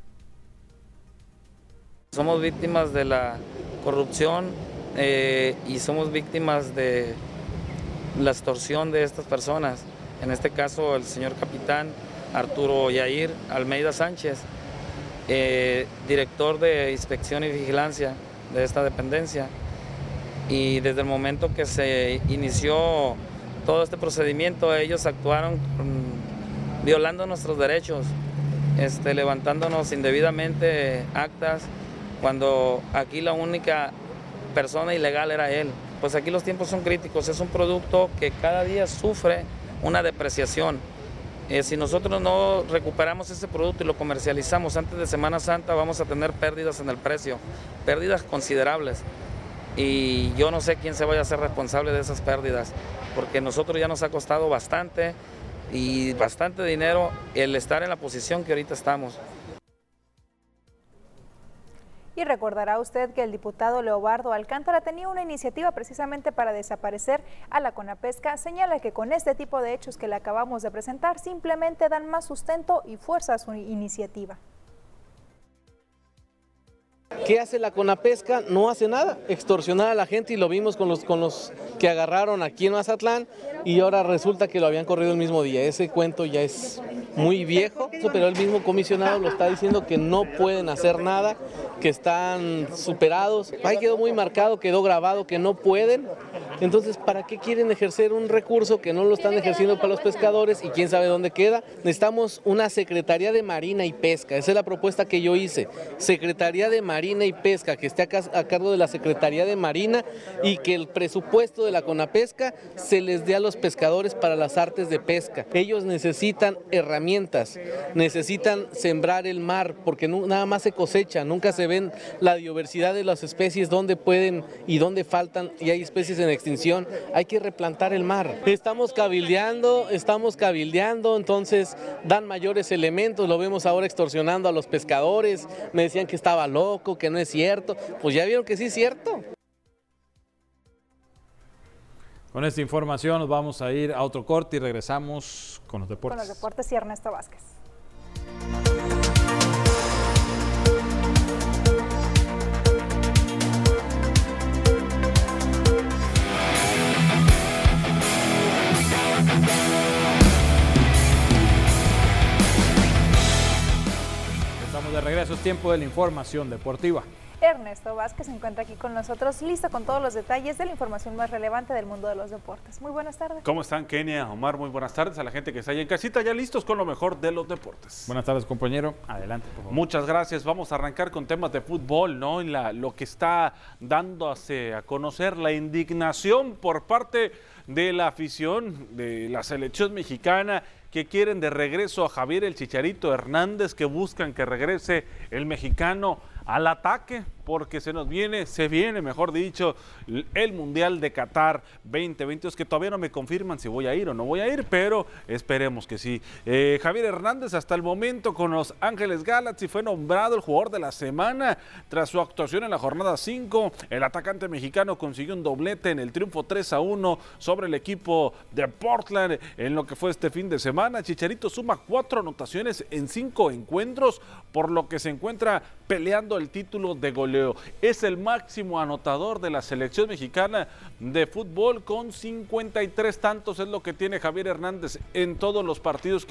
Somos víctimas de la corrupción eh, y somos víctimas de la extorsión de estas personas, en este caso el señor capitán Arturo Yair Almeida Sánchez, eh, director de inspección y vigilancia de esta dependencia, y desde el momento que se inició todo este procedimiento ellos actuaron con, violando nuestros derechos, este, levantándonos indebidamente actas cuando aquí la única persona ilegal era él. Pues aquí los tiempos son críticos, es un producto que cada día sufre una depreciación. Eh, si nosotros no recuperamos ese producto y lo comercializamos antes de Semana Santa, vamos a tener pérdidas en el precio, pérdidas considerables. Y yo no sé quién se vaya a ser responsable de esas pérdidas, porque a nosotros ya nos ha costado bastante y bastante dinero el estar en la posición que ahorita estamos. Y recordará usted que el diputado Leobardo Alcántara tenía una iniciativa precisamente para desaparecer a la Conapesca. Señala que con este tipo de hechos que le acabamos de presentar simplemente dan más sustento y fuerza a su iniciativa. ¿Qué hace la Conapesca? No hace nada, extorsionar a la gente, y lo vimos con los, con los que agarraron aquí en Mazatlán y ahora resulta que lo habían corrido el mismo día. Ese cuento ya es muy viejo, pero el mismo comisionado lo está diciendo que no pueden hacer nada, que están superados. Ahí quedó muy marcado, quedó grabado que no pueden. Entonces, ¿para qué quieren ejercer un recurso que no lo están ejerciendo para los pescadores y quién sabe dónde queda? Necesitamos una Secretaría de Marina y Pesca, esa es la propuesta que yo hice. Secretaría de Marina y Pesca, que esté a cargo de la Secretaría de Marina y que el presupuesto de la Conapesca se les dé a los pescadores para las artes de pesca. Ellos necesitan herramientas, necesitan sembrar el mar, porque no, nada más se cosecha, nunca se ven la diversidad de las especies, dónde pueden y dónde faltan, y hay especies en extinción. Hay que replantar el mar. Estamos cabildeando, estamos cabildeando, entonces dan mayores elementos, lo vemos ahora extorsionando a los pescadores, me decían que estaba loco, que no es cierto, pues ya vieron que sí es cierto. Con esta información nos vamos a ir a otro corte y regresamos con los deportes. Con los deportes y Ernesto Vázquez. Estamos de regreso, es tiempo de la información deportiva. Ernesto Vázquez se encuentra aquí con nosotros, listo con todos los detalles de la información más relevante del mundo de los deportes. Muy buenas tardes. ¿Cómo están, Kenia, Omar? Muy buenas tardes a la gente que está ahí en casita, ya listos con lo mejor de los deportes. Buenas tardes, compañero. Adelante, por favor. Muchas gracias. Vamos a arrancar con temas de fútbol, ¿no? En la, lo que está dándose a conocer la indignación por parte de la afición de la selección mexicana, que quieren de regreso a Javier el Chicharito Hernández, que buscan que regrese el mexicano al ataque, porque se nos viene, se viene, mejor dicho, el Mundial de Qatar veinte veintidós, que todavía no me confirman si voy a ir o no voy a ir, pero esperemos que sí. Eh, Javier Hernández hasta el momento con Los Ángeles Galaxy fue nombrado el jugador de la semana tras su actuación en la jornada cinco. El atacante mexicano consiguió un doblete en el triunfo tres a uno sobre el equipo de Portland en lo que fue este fin de semana. Chicharito suma cuatro anotaciones en cinco encuentros, por lo que se encuentra peleando el título de goleo. Es el máximo anotador de la selección mexicana de fútbol con cincuenta y tres tantos, es lo que tiene Javier Hernández en todos los partidos que ha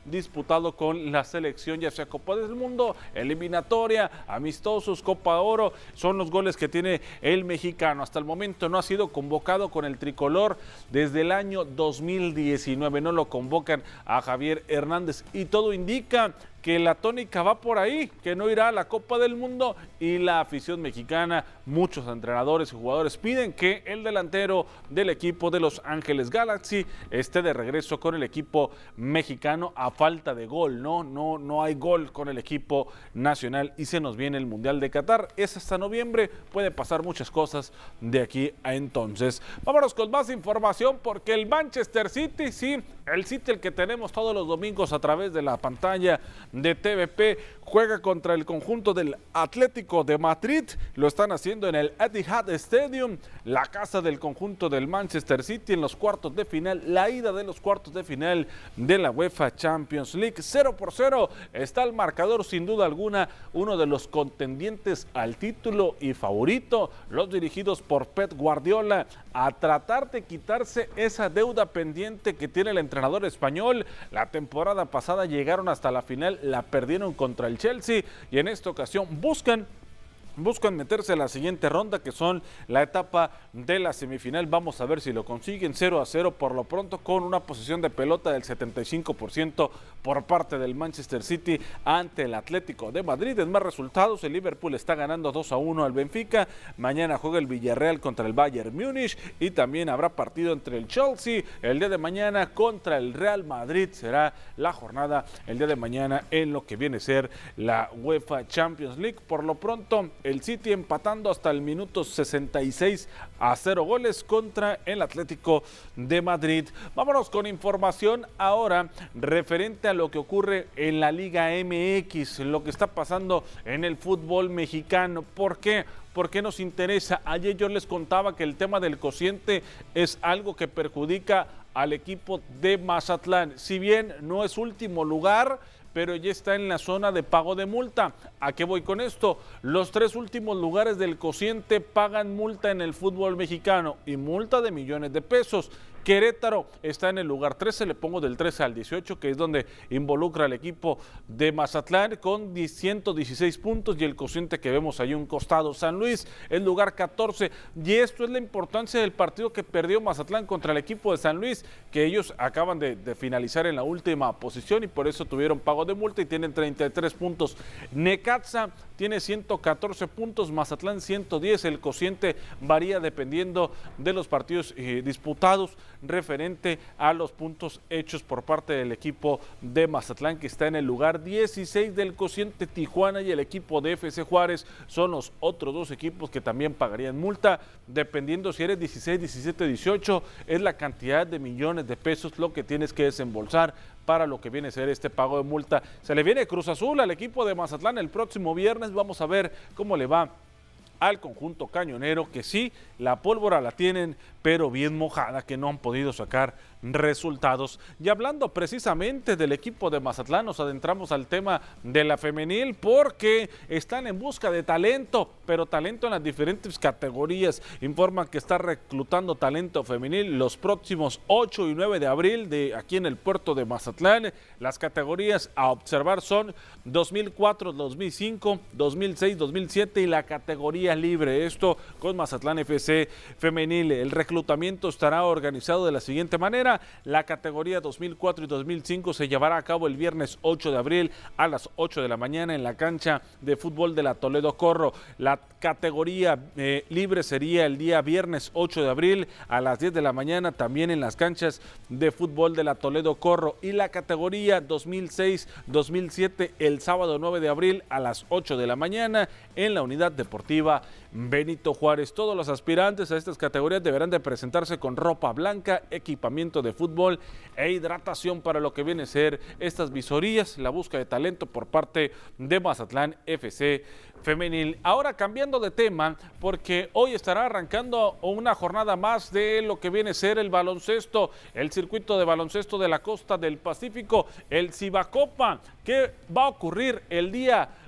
disputado con la selección, ya sea Copa del Mundo, eliminatoria, amistosos, Copa de Oro, son los goles que tiene el mexicano. Hasta el momento no ha sido convocado con el tricolor desde el año dos mil diecinueve, no lo convocan a Javier Hernández y todo indica que la tónica va por ahí, que no irá a la Copa del Mundo, y la afición mexicana, muchos entrenadores y jugadores piden que el delantero del equipo de Los Ángeles Galaxy esté de regreso con el equipo mexicano a falta de gol, ¿no? No, no hay gol con el equipo nacional y se nos viene el Mundial de Qatar, es hasta noviembre, puede pasar muchas cosas de aquí a entonces. Vámonos con más información porque el Manchester City, sí, el City el que tenemos todos los domingos a través de la pantalla de T V P, juega contra el conjunto del Atlético de Madrid, lo están haciendo en el Etihad Stadium, la casa del conjunto del Manchester City en los cuartos de final, la ida de los cuartos de final de la UEFA Champions League, cero por cero, está el marcador sin duda alguna, uno de los contendientes al título y favorito, los dirigidos por Pep Guardiola, a tratar de quitarse esa deuda pendiente que tiene el entrenador español. La temporada pasada llegaron hasta la final, la perdieron contra el Chelsea y en esta ocasión buscan Buscan meterse a la siguiente ronda, que son la etapa de la semifinal. Vamos a ver si lo consiguen. Cero a cero por lo pronto, con una posesión de pelota del setenta y cinco por ciento por parte del Manchester City ante el Atlético de Madrid. En más resultados, el Liverpool está ganando dos a uno al Benfica. Mañana juega el Villarreal contra el Bayern Múnich y también habrá partido entre el Chelsea el día de mañana contra el Real Madrid. Será la jornada el día de mañana en lo que viene a ser la UEFA Champions League. Por lo pronto, el City empatando hasta el minuto sesenta y seis a cero goles contra el Atlético de Madrid. Vámonos con información ahora referente a lo que ocurre en la Liga M X, lo que está pasando en el fútbol mexicano. ¿Por qué? ¿Por qué nos interesa? Ayer yo les contaba que el tema del cociente es algo que perjudica al equipo de Mazatlán. Si bien no es último lugar, pero ya está en la zona de pago de multa. ¿A qué voy con esto? Los tres últimos lugares del cociente pagan multa en el fútbol mexicano y multa de millones de pesos. Querétaro está en el lugar trece, le pongo del trece al dieciocho, que es donde involucra al equipo de Mazatlán con ciento dieciséis puntos y el cociente que vemos ahí un costado. San Luis es lugar catorce y esto es la importancia del partido que perdió Mazatlán contra el equipo de San Luis, que ellos acaban de, de finalizar en la última posición y por eso tuvieron pago de multa y tienen treinta y tres puntos. Necaxa tiene ciento catorce puntos, Mazatlán ciento diez, el cociente varía dependiendo de los partidos eh, disputados, referente a los puntos hechos por parte del equipo de Mazatlán, que está en el lugar dieciséis del cociente. Tijuana y el equipo de F C Juárez son los otros dos equipos que también pagarían multa, dependiendo si eres dieciséis, diecisiete, dieciocho, es la cantidad de millones de pesos lo que tienes que desembolsar para lo que viene a ser este pago de multa. Se le viene Cruz Azul al equipo de Mazatlán el próximo viernes, vamos a ver cómo le va al conjunto cañonero, que sí, la pólvora la tienen, pero bien mojada, que no han podido sacar resultados. Y hablando precisamente del equipo de Mazatlán, nos adentramos al tema de la femenil, porque están en busca de talento, pero talento en las diferentes categorías. Informan que está reclutando talento femenil los próximos ocho y nueve de abril de aquí en el puerto de Mazatlán. Las categorías a observar son dos mil cuatro, dos mil cinco, dos mil seis, dos mil siete y la categoría libre. Esto con Mazatlán F C femenil. El reclutamiento estará organizado de la siguiente manera. La categoría dos mil cuatro y dos mil cinco se llevará a cabo el viernes ocho de abril a las ocho de la mañana en la cancha de fútbol de la Toledo Corro. La categoría eh, libre sería el día viernes ocho de abril a las diez de la mañana también en las canchas de fútbol de la Toledo Corro. Y la categoría dos mil seis, dos mil siete el sábado nueve de abril a las ocho de la mañana en la unidad deportiva Benito Juárez. Todos los aspirantes a estas categorías deberán de presentarse con ropa blanca, equipamiento de fútbol e hidratación para lo que viene a ser estas visorías, la búsqueda de talento por parte de Mazatlán F C femenil. Ahora cambiando de tema, porque hoy estará arrancando una jornada más de lo que viene a ser el baloncesto, el circuito de baloncesto de la costa del Pacífico, el Cibacopa, que va a ocurrir el día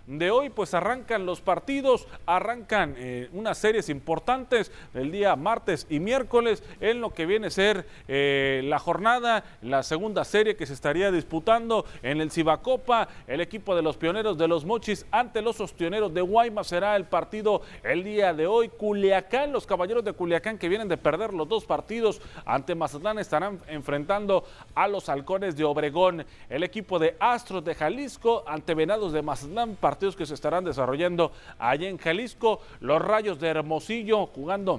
de hoy pues arrancan los partidos, arrancan eh, unas series importantes el día martes y miércoles en lo que viene a ser eh, la jornada, la segunda serie que se estaría disputando en el Cibacopa. El equipo de los Pioneros de los Mochis ante los Ostioneros de Guaymas será el partido el día de hoy. Culiacán, los Caballeros de Culiacán, que vienen de perder los dos partidos ante Mazatlán, estarán enfrentando a los Halcones de Obregón. El equipo de Astros de Jalisco ante Venados de Mazatlán, partidos que se estarán desarrollando allá en Jalisco. Los Rayos de Hermosillo jugando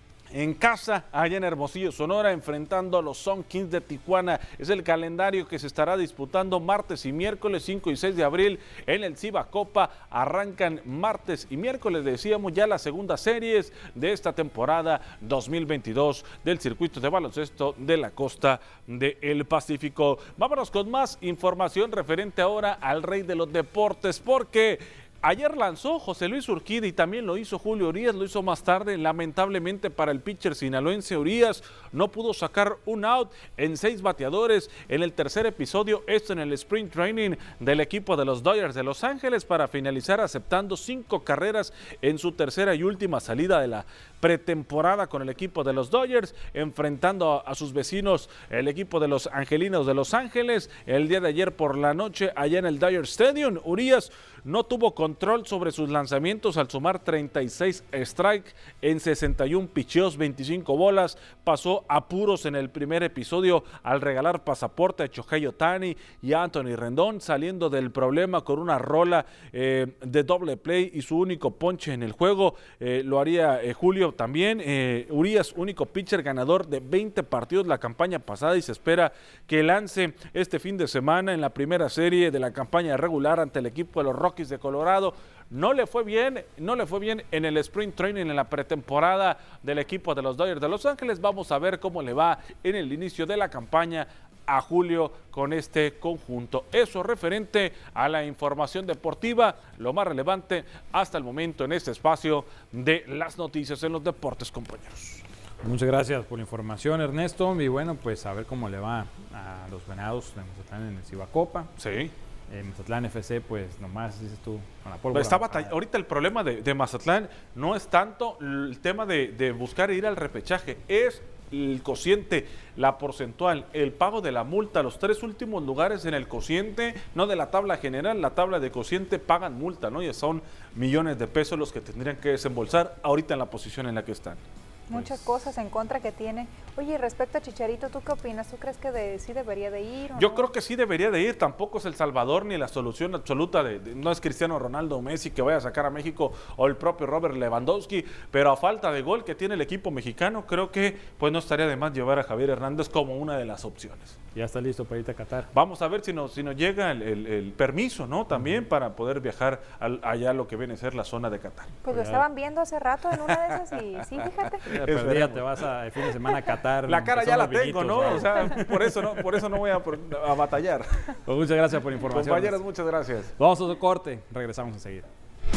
en casa, allá en Hermosillo, Sonora, enfrentando a los Sun Kings de Tijuana. Es el calendario que se estará disputando martes y miércoles, cinco y seis de abril, en el Cibacopa. Arrancan martes y miércoles, decíamos, ya las segundas series de esta temporada dos mil veintidós del circuito de baloncesto de la costa del Pacífico. Vámonos con más información referente ahora al rey de los deportes, porque ayer lanzó José Luis Urquidi y también lo hizo Julio Urías, lo hizo más tarde. Lamentablemente para el pitcher sinaloense, Urías no pudo sacar un out en seis bateadores en el tercer episodio, esto en el Spring Training del equipo de los Dodgers de Los Ángeles, para finalizar aceptando cinco carreras en su tercera y última salida de la pretemporada con el equipo de los Dodgers, enfrentando a, a sus vecinos, el equipo de los Angelinos de Los Ángeles, el día de ayer por la noche allá en el Dodger Stadium. Urías no tuvo control sobre sus lanzamientos al sumar treinta y seis strikes en sesenta y uno picheos, veinticinco bolas. Pasó apuros en el primer episodio al regalar pasaporte a Shohei Ohtani y a Anthony Rendón, saliendo del problema con una rola eh, de doble play y su único ponche en el juego. Eh, lo haría eh, Julio también. Eh, Urías, único pitcher ganador de veinte partidos la campaña pasada, y se espera que lance este fin de semana en la primera serie de la campaña regular ante el equipo de los Rockies de Colorado. No le fue bien, no le fue bien en el Spring Training, en la pretemporada del equipo de los Dodgers de Los Ángeles. Vamos a ver cómo le va en el inicio de la campaña a Julio con este conjunto. Eso referente a la información deportiva, lo más relevante hasta el momento en este espacio de las noticias en los deportes, compañeros. Muchas gracias por la información, Ernesto. Y bueno, pues a ver cómo le va a los Venados de Mazatlán en el Cibacopa. Sí. Eh, Mazatlán F C, pues nomás dices tú con la pólvora. Está batall- ahorita el problema de, de Mazatlán no es tanto el tema de, de buscar ir al repechaje, es el cociente, la porcentual, el pago de la multa. Los tres últimos lugares en el cociente, no de la tabla general, la tabla de cociente, pagan multa, ¿no? Y son millones de pesos los que tendrían que desembolsar ahorita en la posición en la que están. Muchas cosas en contra que tiene. Oye, y respecto a Chicharito, ¿tú qué opinas? ¿Tú crees que de, sí debería de ir o Yo no? creo que sí debería de ir. Tampoco es el salvador ni la solución absoluta. De, de, no es Cristiano Ronaldo o Messi que vaya a sacar a México, o el propio Robert Lewandowski, pero a falta de gol que tiene el equipo mexicano, creo que pues no estaría de más llevar a Javier Hernández como una de las opciones. Ya está listo para irte a Qatar. Vamos a ver si nos, si nos llega el, el, el permiso, ¿no? También uh-huh. para poder viajar al, allá a lo que viene a ser la zona de Qatar. Pues lo estaban viendo hace rato en una de esas y sí, fíjate. Ya perdía, te vas a el fin de semana a Qatar. La cara ya la tengo, ¿no? ¿sabes? O sea, por eso no, por eso no voy a, a batallar. Pues muchas gracias por la información. Compañeros, muchas gracias. Vamos a otro corte, regresamos enseguida.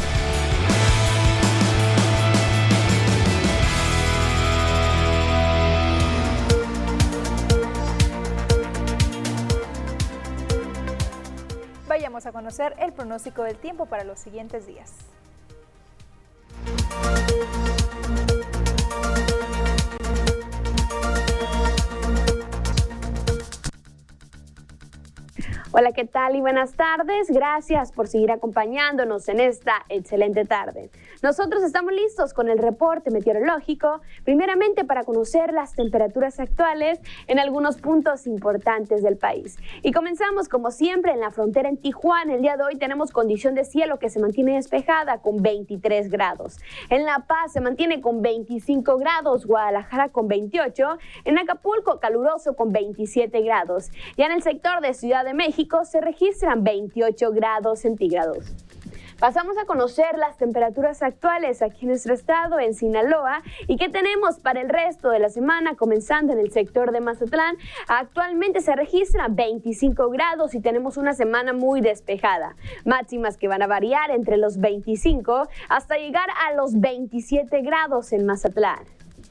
Vayamos a conocer el pronóstico del tiempo para los siguientes días. Hola, ¿qué tal y buenas tardes? Gracias por seguir acompañándonos en esta excelente tarde. Nosotros estamos listos con el reporte meteorológico, primeramente para conocer las temperaturas actuales en algunos puntos importantes del país. Y comenzamos como siempre en la frontera en Tijuana. El día de hoy tenemos condición de cielo que se mantiene despejada con veintitrés grados. En La Paz se mantiene con veinticinco grados, Guadalajara con veintiocho, en Acapulco caluroso con veintisiete grados. Ya en el sector de Ciudad de México se registran veintiocho grados centígrados. Pasamos a conocer las temperaturas actuales aquí en nuestro estado, en Sinaloa, y qué tenemos para el resto de la semana, comenzando en el sector de Mazatlán. Actualmente se registran veinticinco grados y tenemos una semana muy despejada. Máximas que van a variar entre los veinticinco hasta llegar a los veintisiete grados en Mazatlán.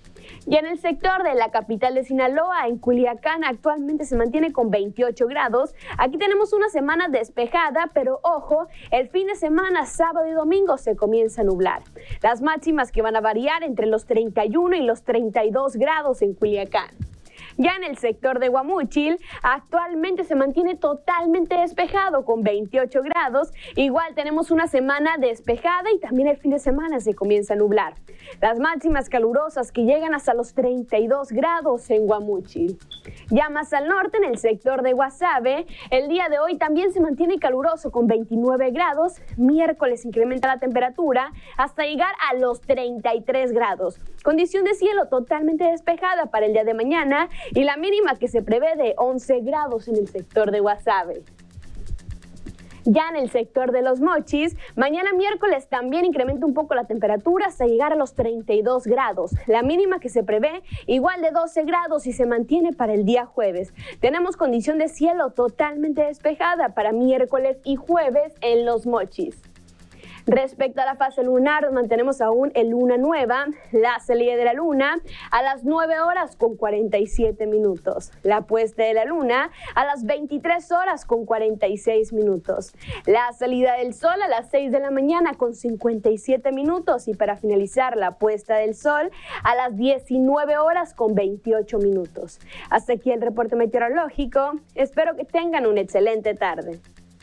Y en el sector de la capital de Sinaloa, en Culiacán, actualmente se mantiene con veintiocho grados. Aquí tenemos una semana despejada, pero ojo, el fin de semana, sábado y domingo, se comienza a nublar. Las máximas que van a variar entre los treinta y uno y los treinta y dos grados en Culiacán. Ya en el sector de Guamúchil, actualmente se mantiene totalmente despejado con veintiocho grados. Igual tenemos una semana despejada y también el fin de semana se comienza a nublar. Las máximas calurosas que llegan hasta los treinta y dos grados en Guamúchil. Ya más al norte, en el sector de Guasave, el día de hoy también se mantiene caluroso con veintinueve grados. Miércoles incrementa la temperatura hasta llegar a los treinta y tres grados. Condición de cielo totalmente despejada para el día de mañana y la mínima que se prevé de once grados en el sector de Guasave. Ya en el sector de Los Mochis, mañana miércoles también incrementa un poco la temperatura hasta llegar a los treinta y dos grados. La mínima que se prevé igual de doce grados y se mantiene para el día jueves. Tenemos condición de cielo totalmente despejada para miércoles y jueves en Los Mochis. Respecto a la fase lunar, mantenemos aún en luna nueva, la salida de la luna a las nueve horas con cuarenta y siete minutos, la puesta de la luna a las veintitrés horas con cuarenta y seis minutos, la salida del sol a las seis de la mañana con cincuenta y siete minutos y para finalizar la puesta del sol a las diecinueve horas con veintiocho minutos. Hasta aquí el reporte meteorológico, espero que tengan una excelente tarde.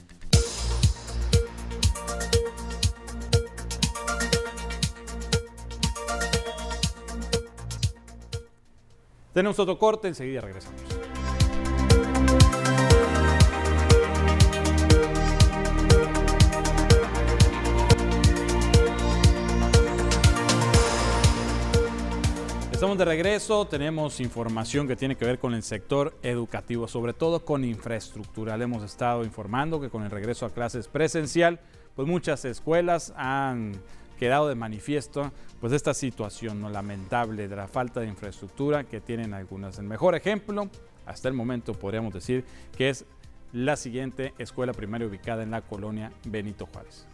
Tenemos otro corte, enseguida regresamos. Estamos de regreso, tenemos información que tiene que ver con el sector educativo, sobre todo con infraestructura. Le hemos estado informando que con el regreso a clases presencial, pues muchas escuelas han quedado de manifiesto pues esta situación no lamentable de la falta de infraestructura que tienen algunas. El mejor ejemplo hasta el momento podríamos decir que es la siguiente escuela primaria ubicada en la colonia Benito Juárez.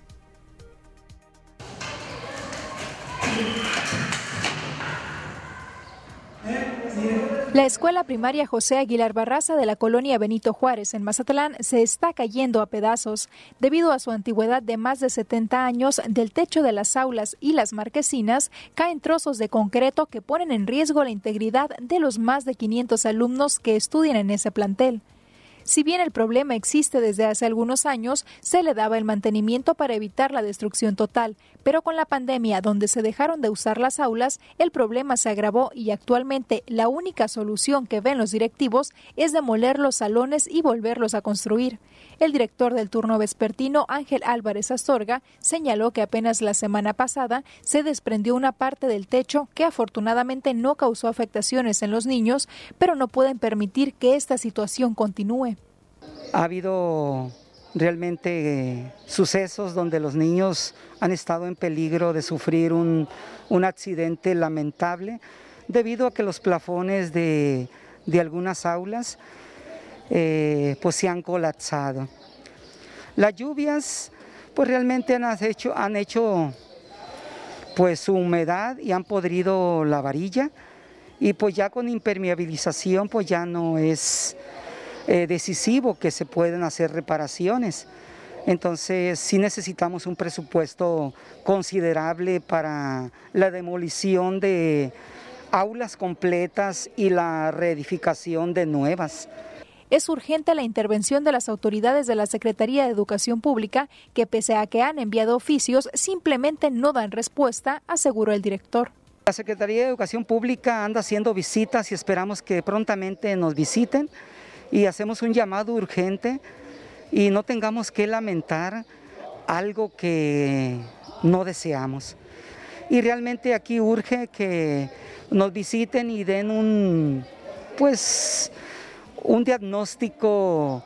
La escuela primaria José Aguilar Barraza de la colonia Benito Juárez en Mazatlán se está cayendo a pedazos. Debido a su antigüedad de más de setenta años, del techo de las aulas y las marquesinas caen trozos de concreto que ponen en riesgo la integridad de los más de quinientos alumnos que estudian en ese plantel. Si bien el problema existe desde hace algunos años, se le daba el mantenimiento para evitar la destrucción total, pero con la pandemia, donde se dejaron de usar las aulas, el problema se agravó y actualmente la única solución que ven los directivos es demoler los salones y volverlos a construir. El director del turno vespertino, Ángel Álvarez Astorga, señaló que apenas la semana pasada se desprendió una parte del techo que afortunadamente no causó afectaciones en los niños, pero no pueden permitir que esta situación continúe. Ha habido realmente sucesos donde los niños han estado en peligro de sufrir un, un accidente lamentable debido a que los plafones de, de algunas aulas eh, pues se han colapsado. Las lluvias pues realmente han hecho, han hecho pues su humedad y han podrido la varilla y pues ya con impermeabilización pues ya no es Eh, decisivo que se pueden hacer reparaciones. Entonces sí necesitamos un presupuesto considerable para la demolición de aulas completas y la reedificación de nuevas. Es urgente la intervención de las autoridades de la Secretaría de Educación Pública, que pese a que han enviado oficios, simplemente no dan respuesta, aseguró el director. La Secretaría de Educación Pública anda haciendo visitas y esperamos que prontamente nos visiten. Y hacemos un llamado urgente y no tengamos que lamentar algo que no deseamos. Y realmente aquí urge que nos visiten y den un, pues, un diagnóstico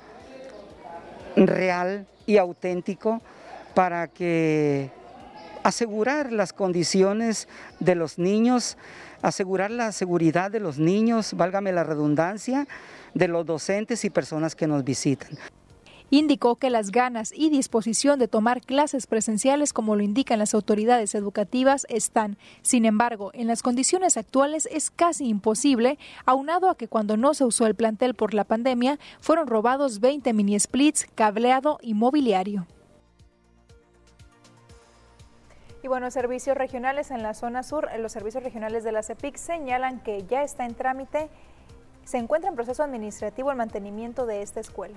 real y auténtico para que asegurar las condiciones de los niños, asegurar la seguridad de los niños, válgame la redundancia, de los docentes y personas que nos visitan. Indicó que las ganas y disposición de tomar clases presenciales, como lo indican las autoridades educativas, están. Sin embargo, en las condiciones actuales es casi imposible, aunado a que cuando no se usó el plantel por la pandemia, fueron robados veinte mini splits, cableado y mobiliario. Y bueno, servicios regionales en la zona sur, los servicios regionales de la CEPIC señalan que ya está en trámite, se encuentra en proceso administrativo el mantenimiento de esta escuela.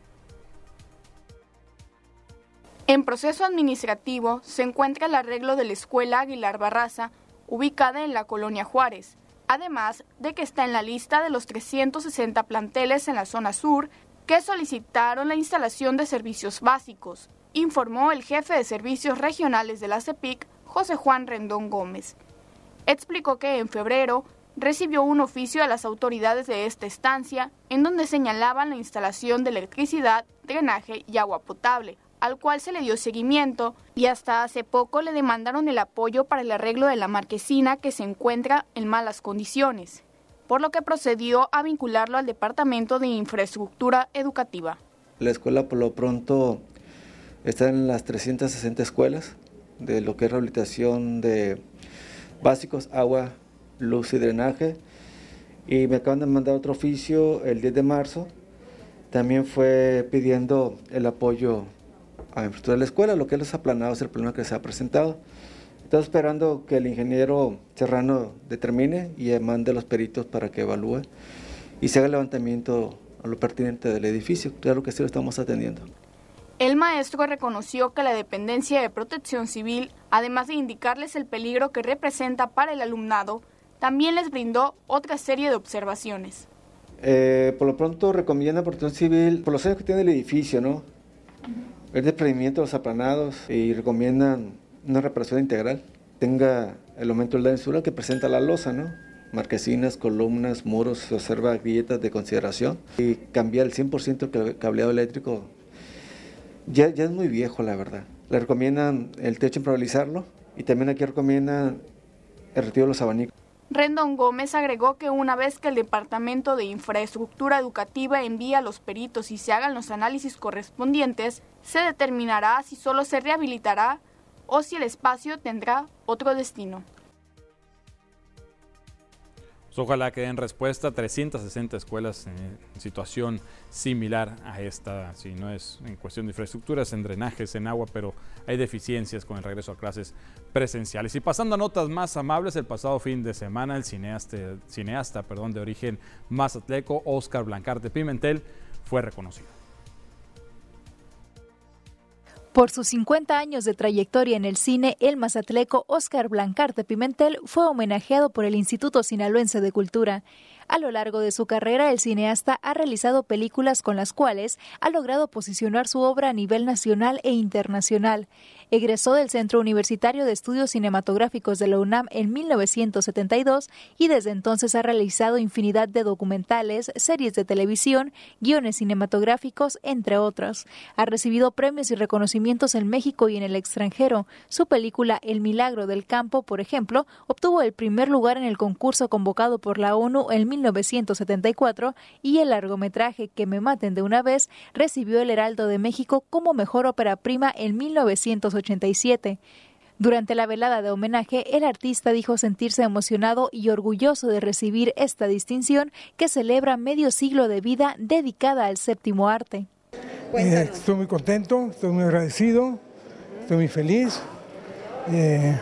En proceso administrativo se encuentra el arreglo de la escuela Aguilar Barraza, ubicada en la colonia Juárez, además de que está en la lista de los trescientos sesenta planteles en la zona sur que solicitaron la instalación de servicios básicos, informó el jefe de servicios regionales de la CEPIC, José Juan Rendón Gómez. Explicó que en febrero recibió un oficio a las autoridades de esta estancia en donde señalaban la instalación de electricidad, drenaje y agua potable, al cual se le dio seguimiento, y hasta hace poco le demandaron el apoyo para el arreglo de la marquesina que se encuentra en malas condiciones, por lo que procedió a vincularlo al Departamento de Infraestructura Educativa. La escuela por lo pronto está en las trescientas sesenta escuelas de lo que es rehabilitación de básicos, agua, luz y drenaje, y me acaban de mandar otro oficio el diez de marzo, también fue pidiendo el apoyo a la infraestructura de la escuela, lo que es los aplanados, el problema que se ha presentado. Estamos esperando que el ingeniero Serrano determine y mande a los peritos para que evalúe y se haga el levantamiento a lo pertinente del edificio. Claro que sí lo estamos atendiendo. El maestro reconoció que la dependencia de Protección Civil, además de indicarles el peligro que representa para el alumnado, también les brindó otra serie de observaciones. Eh, por lo pronto recomienda Protección Civil, por los años que tiene el edificio, ¿no?, el desprendimiento de los aplanados, y recomiendan una reparación integral, tenga el aumento de la densura que presenta la losa, ¿no?, marquesinas, columnas, muros, se observa grietas de consideración, y cambiar el cien por ciento el cableado eléctrico. Ya, ya es muy viejo, la verdad. Le recomiendan el techo impermeabilizarlo, y también aquí recomiendan el retiro de los abanicos. Rendón Gómez agregó que una vez que el Departamento de Infraestructura Educativa envíe a los peritos y se hagan los análisis correspondientes, se determinará si solo se rehabilitará o si el espacio tendrá otro destino. Ojalá que den respuesta a trescientas sesenta escuelas en situación similar a esta, si no es en cuestión de infraestructuras, en drenajes, en agua, pero hay deficiencias con el regreso a clases presenciales. Y pasando a notas más amables, el pasado fin de semana el cineasta, cineasta perdón, de origen mazatleco, Óscar Blancarte Pimentel, fue reconocido. Por sus cincuenta años de trayectoria en el cine, el mazatleco Óscar Blancarte Pimentel fue homenajeado por el Instituto Sinaloense de Cultura. A lo largo de su carrera, el cineasta ha realizado películas con las cuales ha logrado posicionar su obra a nivel nacional e internacional. Egresó del Centro Universitario de Estudios Cinematográficos de la UNAM en mil novecientos setenta y dos y desde entonces ha realizado infinidad de documentales, series de televisión, guiones cinematográficos, entre otros. Ha recibido premios y reconocimientos en México y en el extranjero. Su película El Milagro del Campo, por ejemplo, obtuvo el primer lugar en el concurso convocado por la ONU en mil novecientos setenta y cuatro y el largometraje Que me maten de una vez recibió el Heraldo de México como mejor ópera prima en mil novecientos ochenta y siete. Durante la velada de homenaje, el artista dijo sentirse emocionado y orgulloso de recibir esta distinción que celebra medio siglo de vida dedicada al séptimo arte. Eh, estoy muy contento, estoy muy agradecido, estoy muy feliz eh,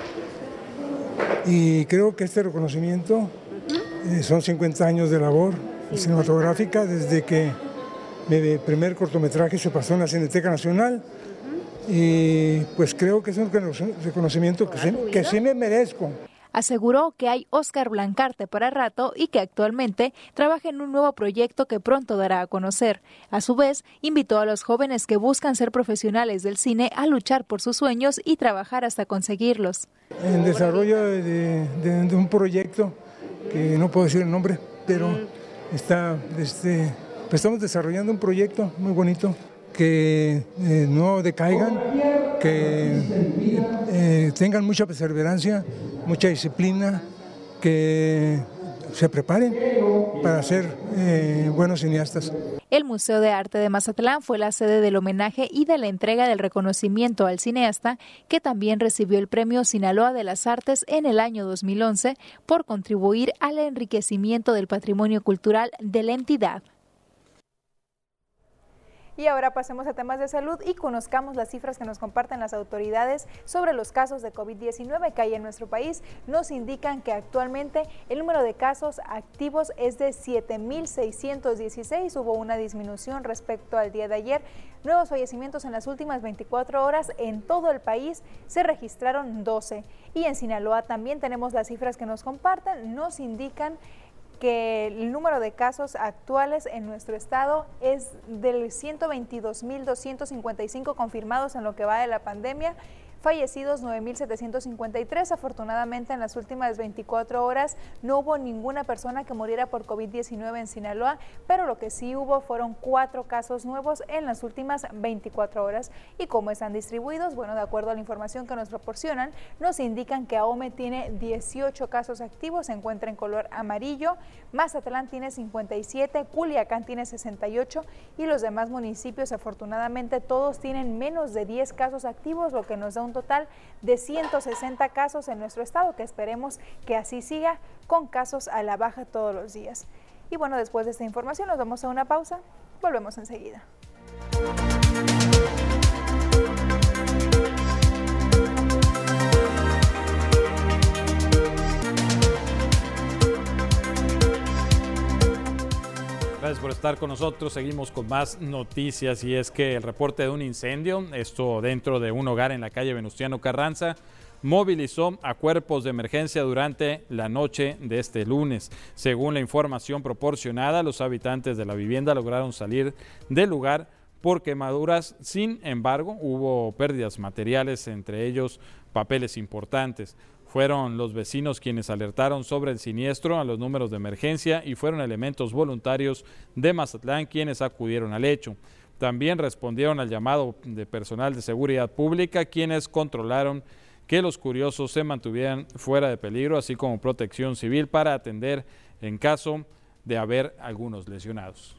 y creo que este reconocimiento eh, son cincuenta años de labor cinematográfica desde que mi primer cortometraje se pasó en la Cineteca Nacional. Y pues creo que es un reconocimiento que sí, que sí me merezco. Aseguró que hay Óscar Blancarte para rato y que actualmente trabaja en un nuevo proyecto que pronto dará a conocer. A su vez, invitó a los jóvenes que buscan ser profesionales del cine a luchar por sus sueños y trabajar hasta conseguirlos. En desarrollo de, de, de un proyecto que no puedo decir el nombre, pero está, este, pues estamos desarrollando un proyecto muy bonito. Que eh, no decaigan, que eh, tengan mucha perseverancia, mucha disciplina, que se preparen para ser eh, buenos cineastas. El Museo de Arte de Mazatlán fue la sede del homenaje y de la entrega del reconocimiento al cineasta, que también recibió el Premio Sinaloa de las Artes en el año dos mil once por contribuir al enriquecimiento del patrimonio cultural de la entidad. Y ahora pasemos a temas de salud y conozcamos las cifras que nos comparten las autoridades sobre los casos de COVID diecinueve que hay en nuestro país. Nos indican que actualmente el número de casos activos es de siete mil seiscientos dieciséis. Hubo una disminución respecto al día de ayer. Nuevos fallecimientos en las últimas veinticuatro horas en todo el país se registraron doce. Y en Sinaloa también tenemos las cifras que nos comparten. Nos indican que el número de casos actuales en nuestro estado es de ciento veintidós mil doscientos cincuenta y cinco confirmados en lo que va de la pandemia, fallecidos nueve mil setecientos cincuenta y tres. Afortunadamente en las últimas veinticuatro horas no hubo ninguna persona que muriera por COVID diecinueve en Sinaloa, pero lo que sí hubo fueron cuatro casos nuevos en las últimas veinticuatro horas. ¿Y cómo están distribuidos? Bueno, de acuerdo a la información que nos proporcionan, nos indican que Ahome tiene dieciocho casos activos, se encuentra en color amarillo, Mazatlán tiene cincuenta y siete, Culiacán tiene sesenta y ocho y los demás municipios afortunadamente todos tienen menos de diez casos activos, lo que nos da un total de ciento sesenta casos en nuestro estado, que esperemos que así siga, con casos a la baja todos los días. Y bueno, después de esta información nos vamos a una pausa, volvemos enseguida. Gracias por estar con nosotros. Seguimos con más noticias y es que el reporte de un incendio, esto dentro de un hogar en la calle Venustiano Carranza, movilizó a cuerpos de emergencia durante la noche de este lunes. Según la información proporcionada, los habitantes de la vivienda lograron salir del lugar por quemaduras. Sin embargo, hubo pérdidas materiales, entre ellos papeles importantes. Fueron los vecinos quienes alertaron sobre el siniestro a los números de emergencia y fueron elementos voluntarios de Mazatlán quienes acudieron al hecho. También respondieron al llamado de personal de seguridad pública, quienes controlaron que los curiosos se mantuvieran fuera de peligro, así como protección civil para atender en caso de haber algunos lesionados.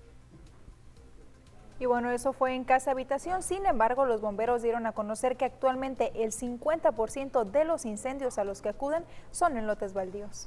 Y bueno, eso fue en casa habitación. Sin embargo, los bomberos dieron a conocer que actualmente el cincuenta por ciento de los incendios a los que acuden son en lotes baldíos.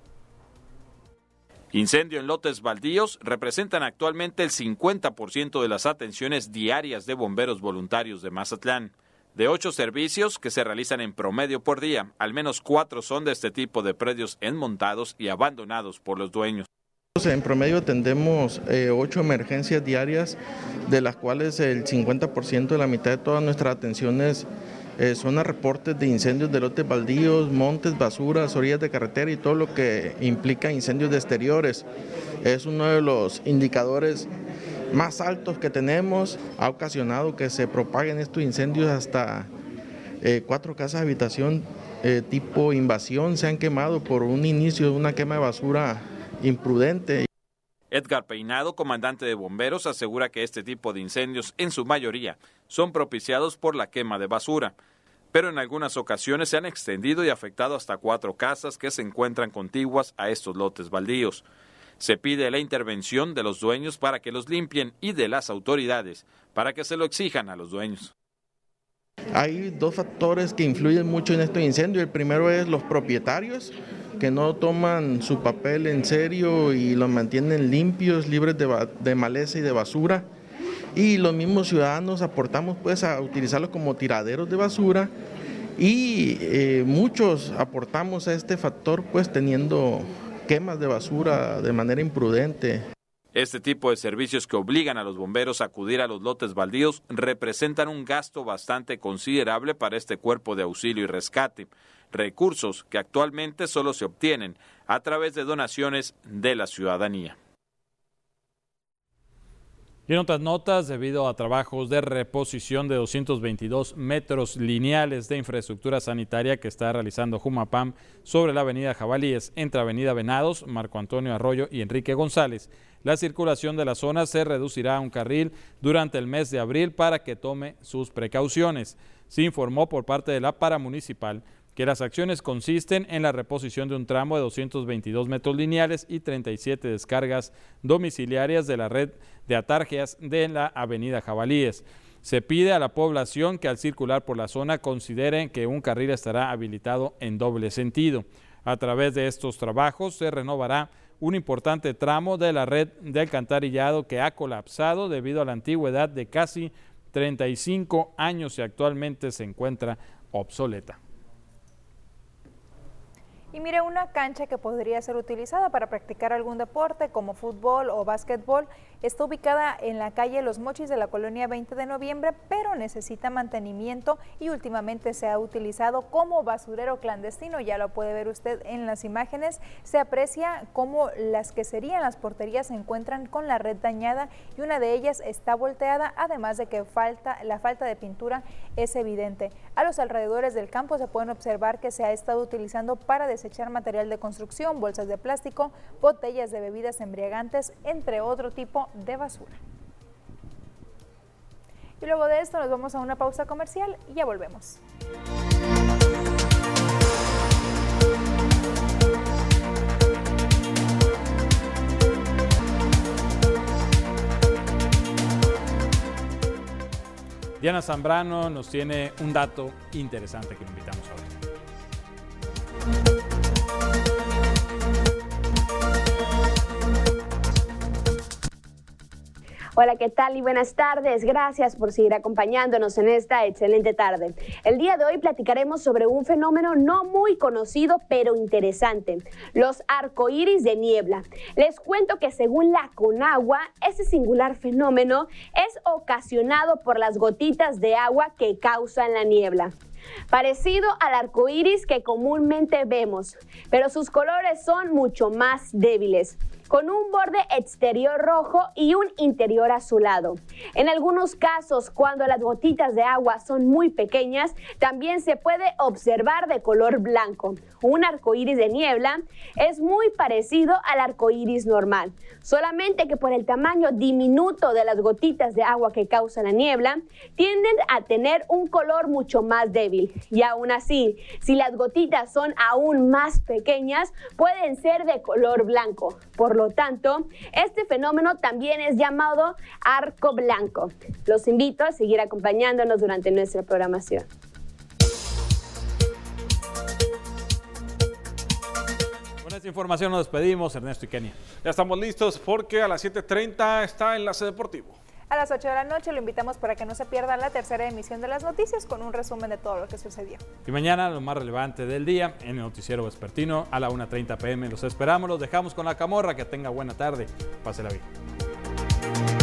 Incendio en lotes baldíos representan actualmente el cincuenta por ciento de las atenciones diarias de bomberos voluntarios de Mazatlán. De ocho servicios que se realizan en promedio por día, al menos cuatro son de este tipo de predios enmontados y abandonados por los dueños. En promedio atendemos eh, ocho emergencias diarias, de las cuales el cincuenta por ciento de la mitad de todas nuestras atenciones eh, son a reportes de incendios de lotes baldíos, montes, basuras, orillas de carretera y todo lo que implica incendios de exteriores. Es uno de los indicadores más altos que tenemos. Ha ocasionado que se propaguen estos incendios hasta eh, cuatro casas de habitación eh, tipo invasión se han quemado por un inicio de una quema de basura imprudente. Edgar Peinado, comandante de bomberos, asegura que este tipo de incendios, en su mayoría, son propiciados por la quema de basura, pero en algunas ocasiones se han extendido y afectado hasta cuatro casas que se encuentran contiguas a estos lotes baldíos. Se pide la intervención de los dueños para que los limpien y de las autoridades para que se lo exijan a los dueños. Hay dos factores que influyen mucho en estos incendios. El primero es los propietarios, que no toman su papel en serio y los mantienen limpios, libres de, de maleza y de basura. Y los mismos ciudadanos aportamos pues a utilizarlos como tiraderos de basura y eh, muchos aportamos a este factor pues teniendo quemas de basura de manera imprudente. Este tipo de servicios que obligan a los bomberos a acudir a los lotes baldíos representan un gasto bastante considerable para este cuerpo de auxilio y rescate, recursos que actualmente solo se obtienen a través de donaciones de la ciudadanía. Y en otras notas, debido a trabajos de reposición de doscientos veintidós metros lineales de infraestructura sanitaria que está realizando Jumapam sobre la avenida Jabalíes, entre avenida Venados, Marco Antonio Arroyo y Enrique González, la circulación de la zona se reducirá a un carril durante el mes de abril para que tome sus precauciones. Se informó por parte de la paramunicipal que las acciones consisten en la reposición de un tramo de doscientos veintidós metros lineales y treinta y siete descargas domiciliarias de la red de atarjeas de la avenida Jabalíes. Se pide a la población que al circular por la zona consideren que un carril estará habilitado en doble sentido. A través de estos trabajos se renovará un importante tramo de la red de alcantarillado que ha colapsado debido a la antigüedad de casi treinta y cinco años y actualmente se encuentra obsoleta. Y mire, una cancha que podría ser utilizada para practicar algún deporte como fútbol o básquetbol está ubicada en la calle Los Mochis de la colonia veinte de noviembre, pero necesita mantenimiento y últimamente se ha utilizado como basurero clandestino. Ya lo puede ver usted en las imágenes. Se aprecia cómo las que serían las porterías se encuentran con la red dañada y una de ellas está volteada, además de que falta, la falta de pintura es evidente. A los alrededores del campo se pueden observar que se ha estado utilizando para desechar material de construcción, bolsas de plástico, botellas de bebidas embriagantes, entre otro tipo de basura. Y luego de esto nos vamos a una pausa comercial y ya volvemos. Diana Zambrano nos tiene un dato interesante que le invitamos a ver. Hola, ¿qué tal y buenas tardes? Gracias por seguir acompañándonos en esta excelente tarde. El día de hoy platicaremos sobre un fenómeno no muy conocido, pero interesante, los arcoíris de niebla. Les cuento que según la Conagua, ese singular fenómeno es ocasionado por las gotitas de agua que causan la niebla. Parecido al arco iris que comúnmente vemos, pero sus colores son mucho más débiles, con un borde exterior rojo y un interior azulado. En algunos casos, cuando las gotitas de agua son muy pequeñas, también se puede observar de color blanco. Un arco iris de niebla es muy parecido al arco iris normal, solamente que por el tamaño diminuto de las gotitas de agua que causan la niebla, tienden a tener un color mucho más débil. Y aún así, si las gotitas son aún más pequeñas, pueden ser de color blanco. Por lo tanto, este fenómeno también es llamado arco blanco. Los invito a seguir acompañándonos durante nuestra programación. Con esta información nos despedimos, Ernesto y Kenia. Ya estamos listos porque a las siete treinta está Enlace Deportivo. A las ocho de la noche lo invitamos para que no se pierda la tercera emisión de las noticias con un resumen de todo lo que sucedió. Y mañana lo más relevante del día en el noticiero vespertino a la una treinta p m Los esperamos, los dejamos con la camorra. Que tenga buena tarde. Pásela bien.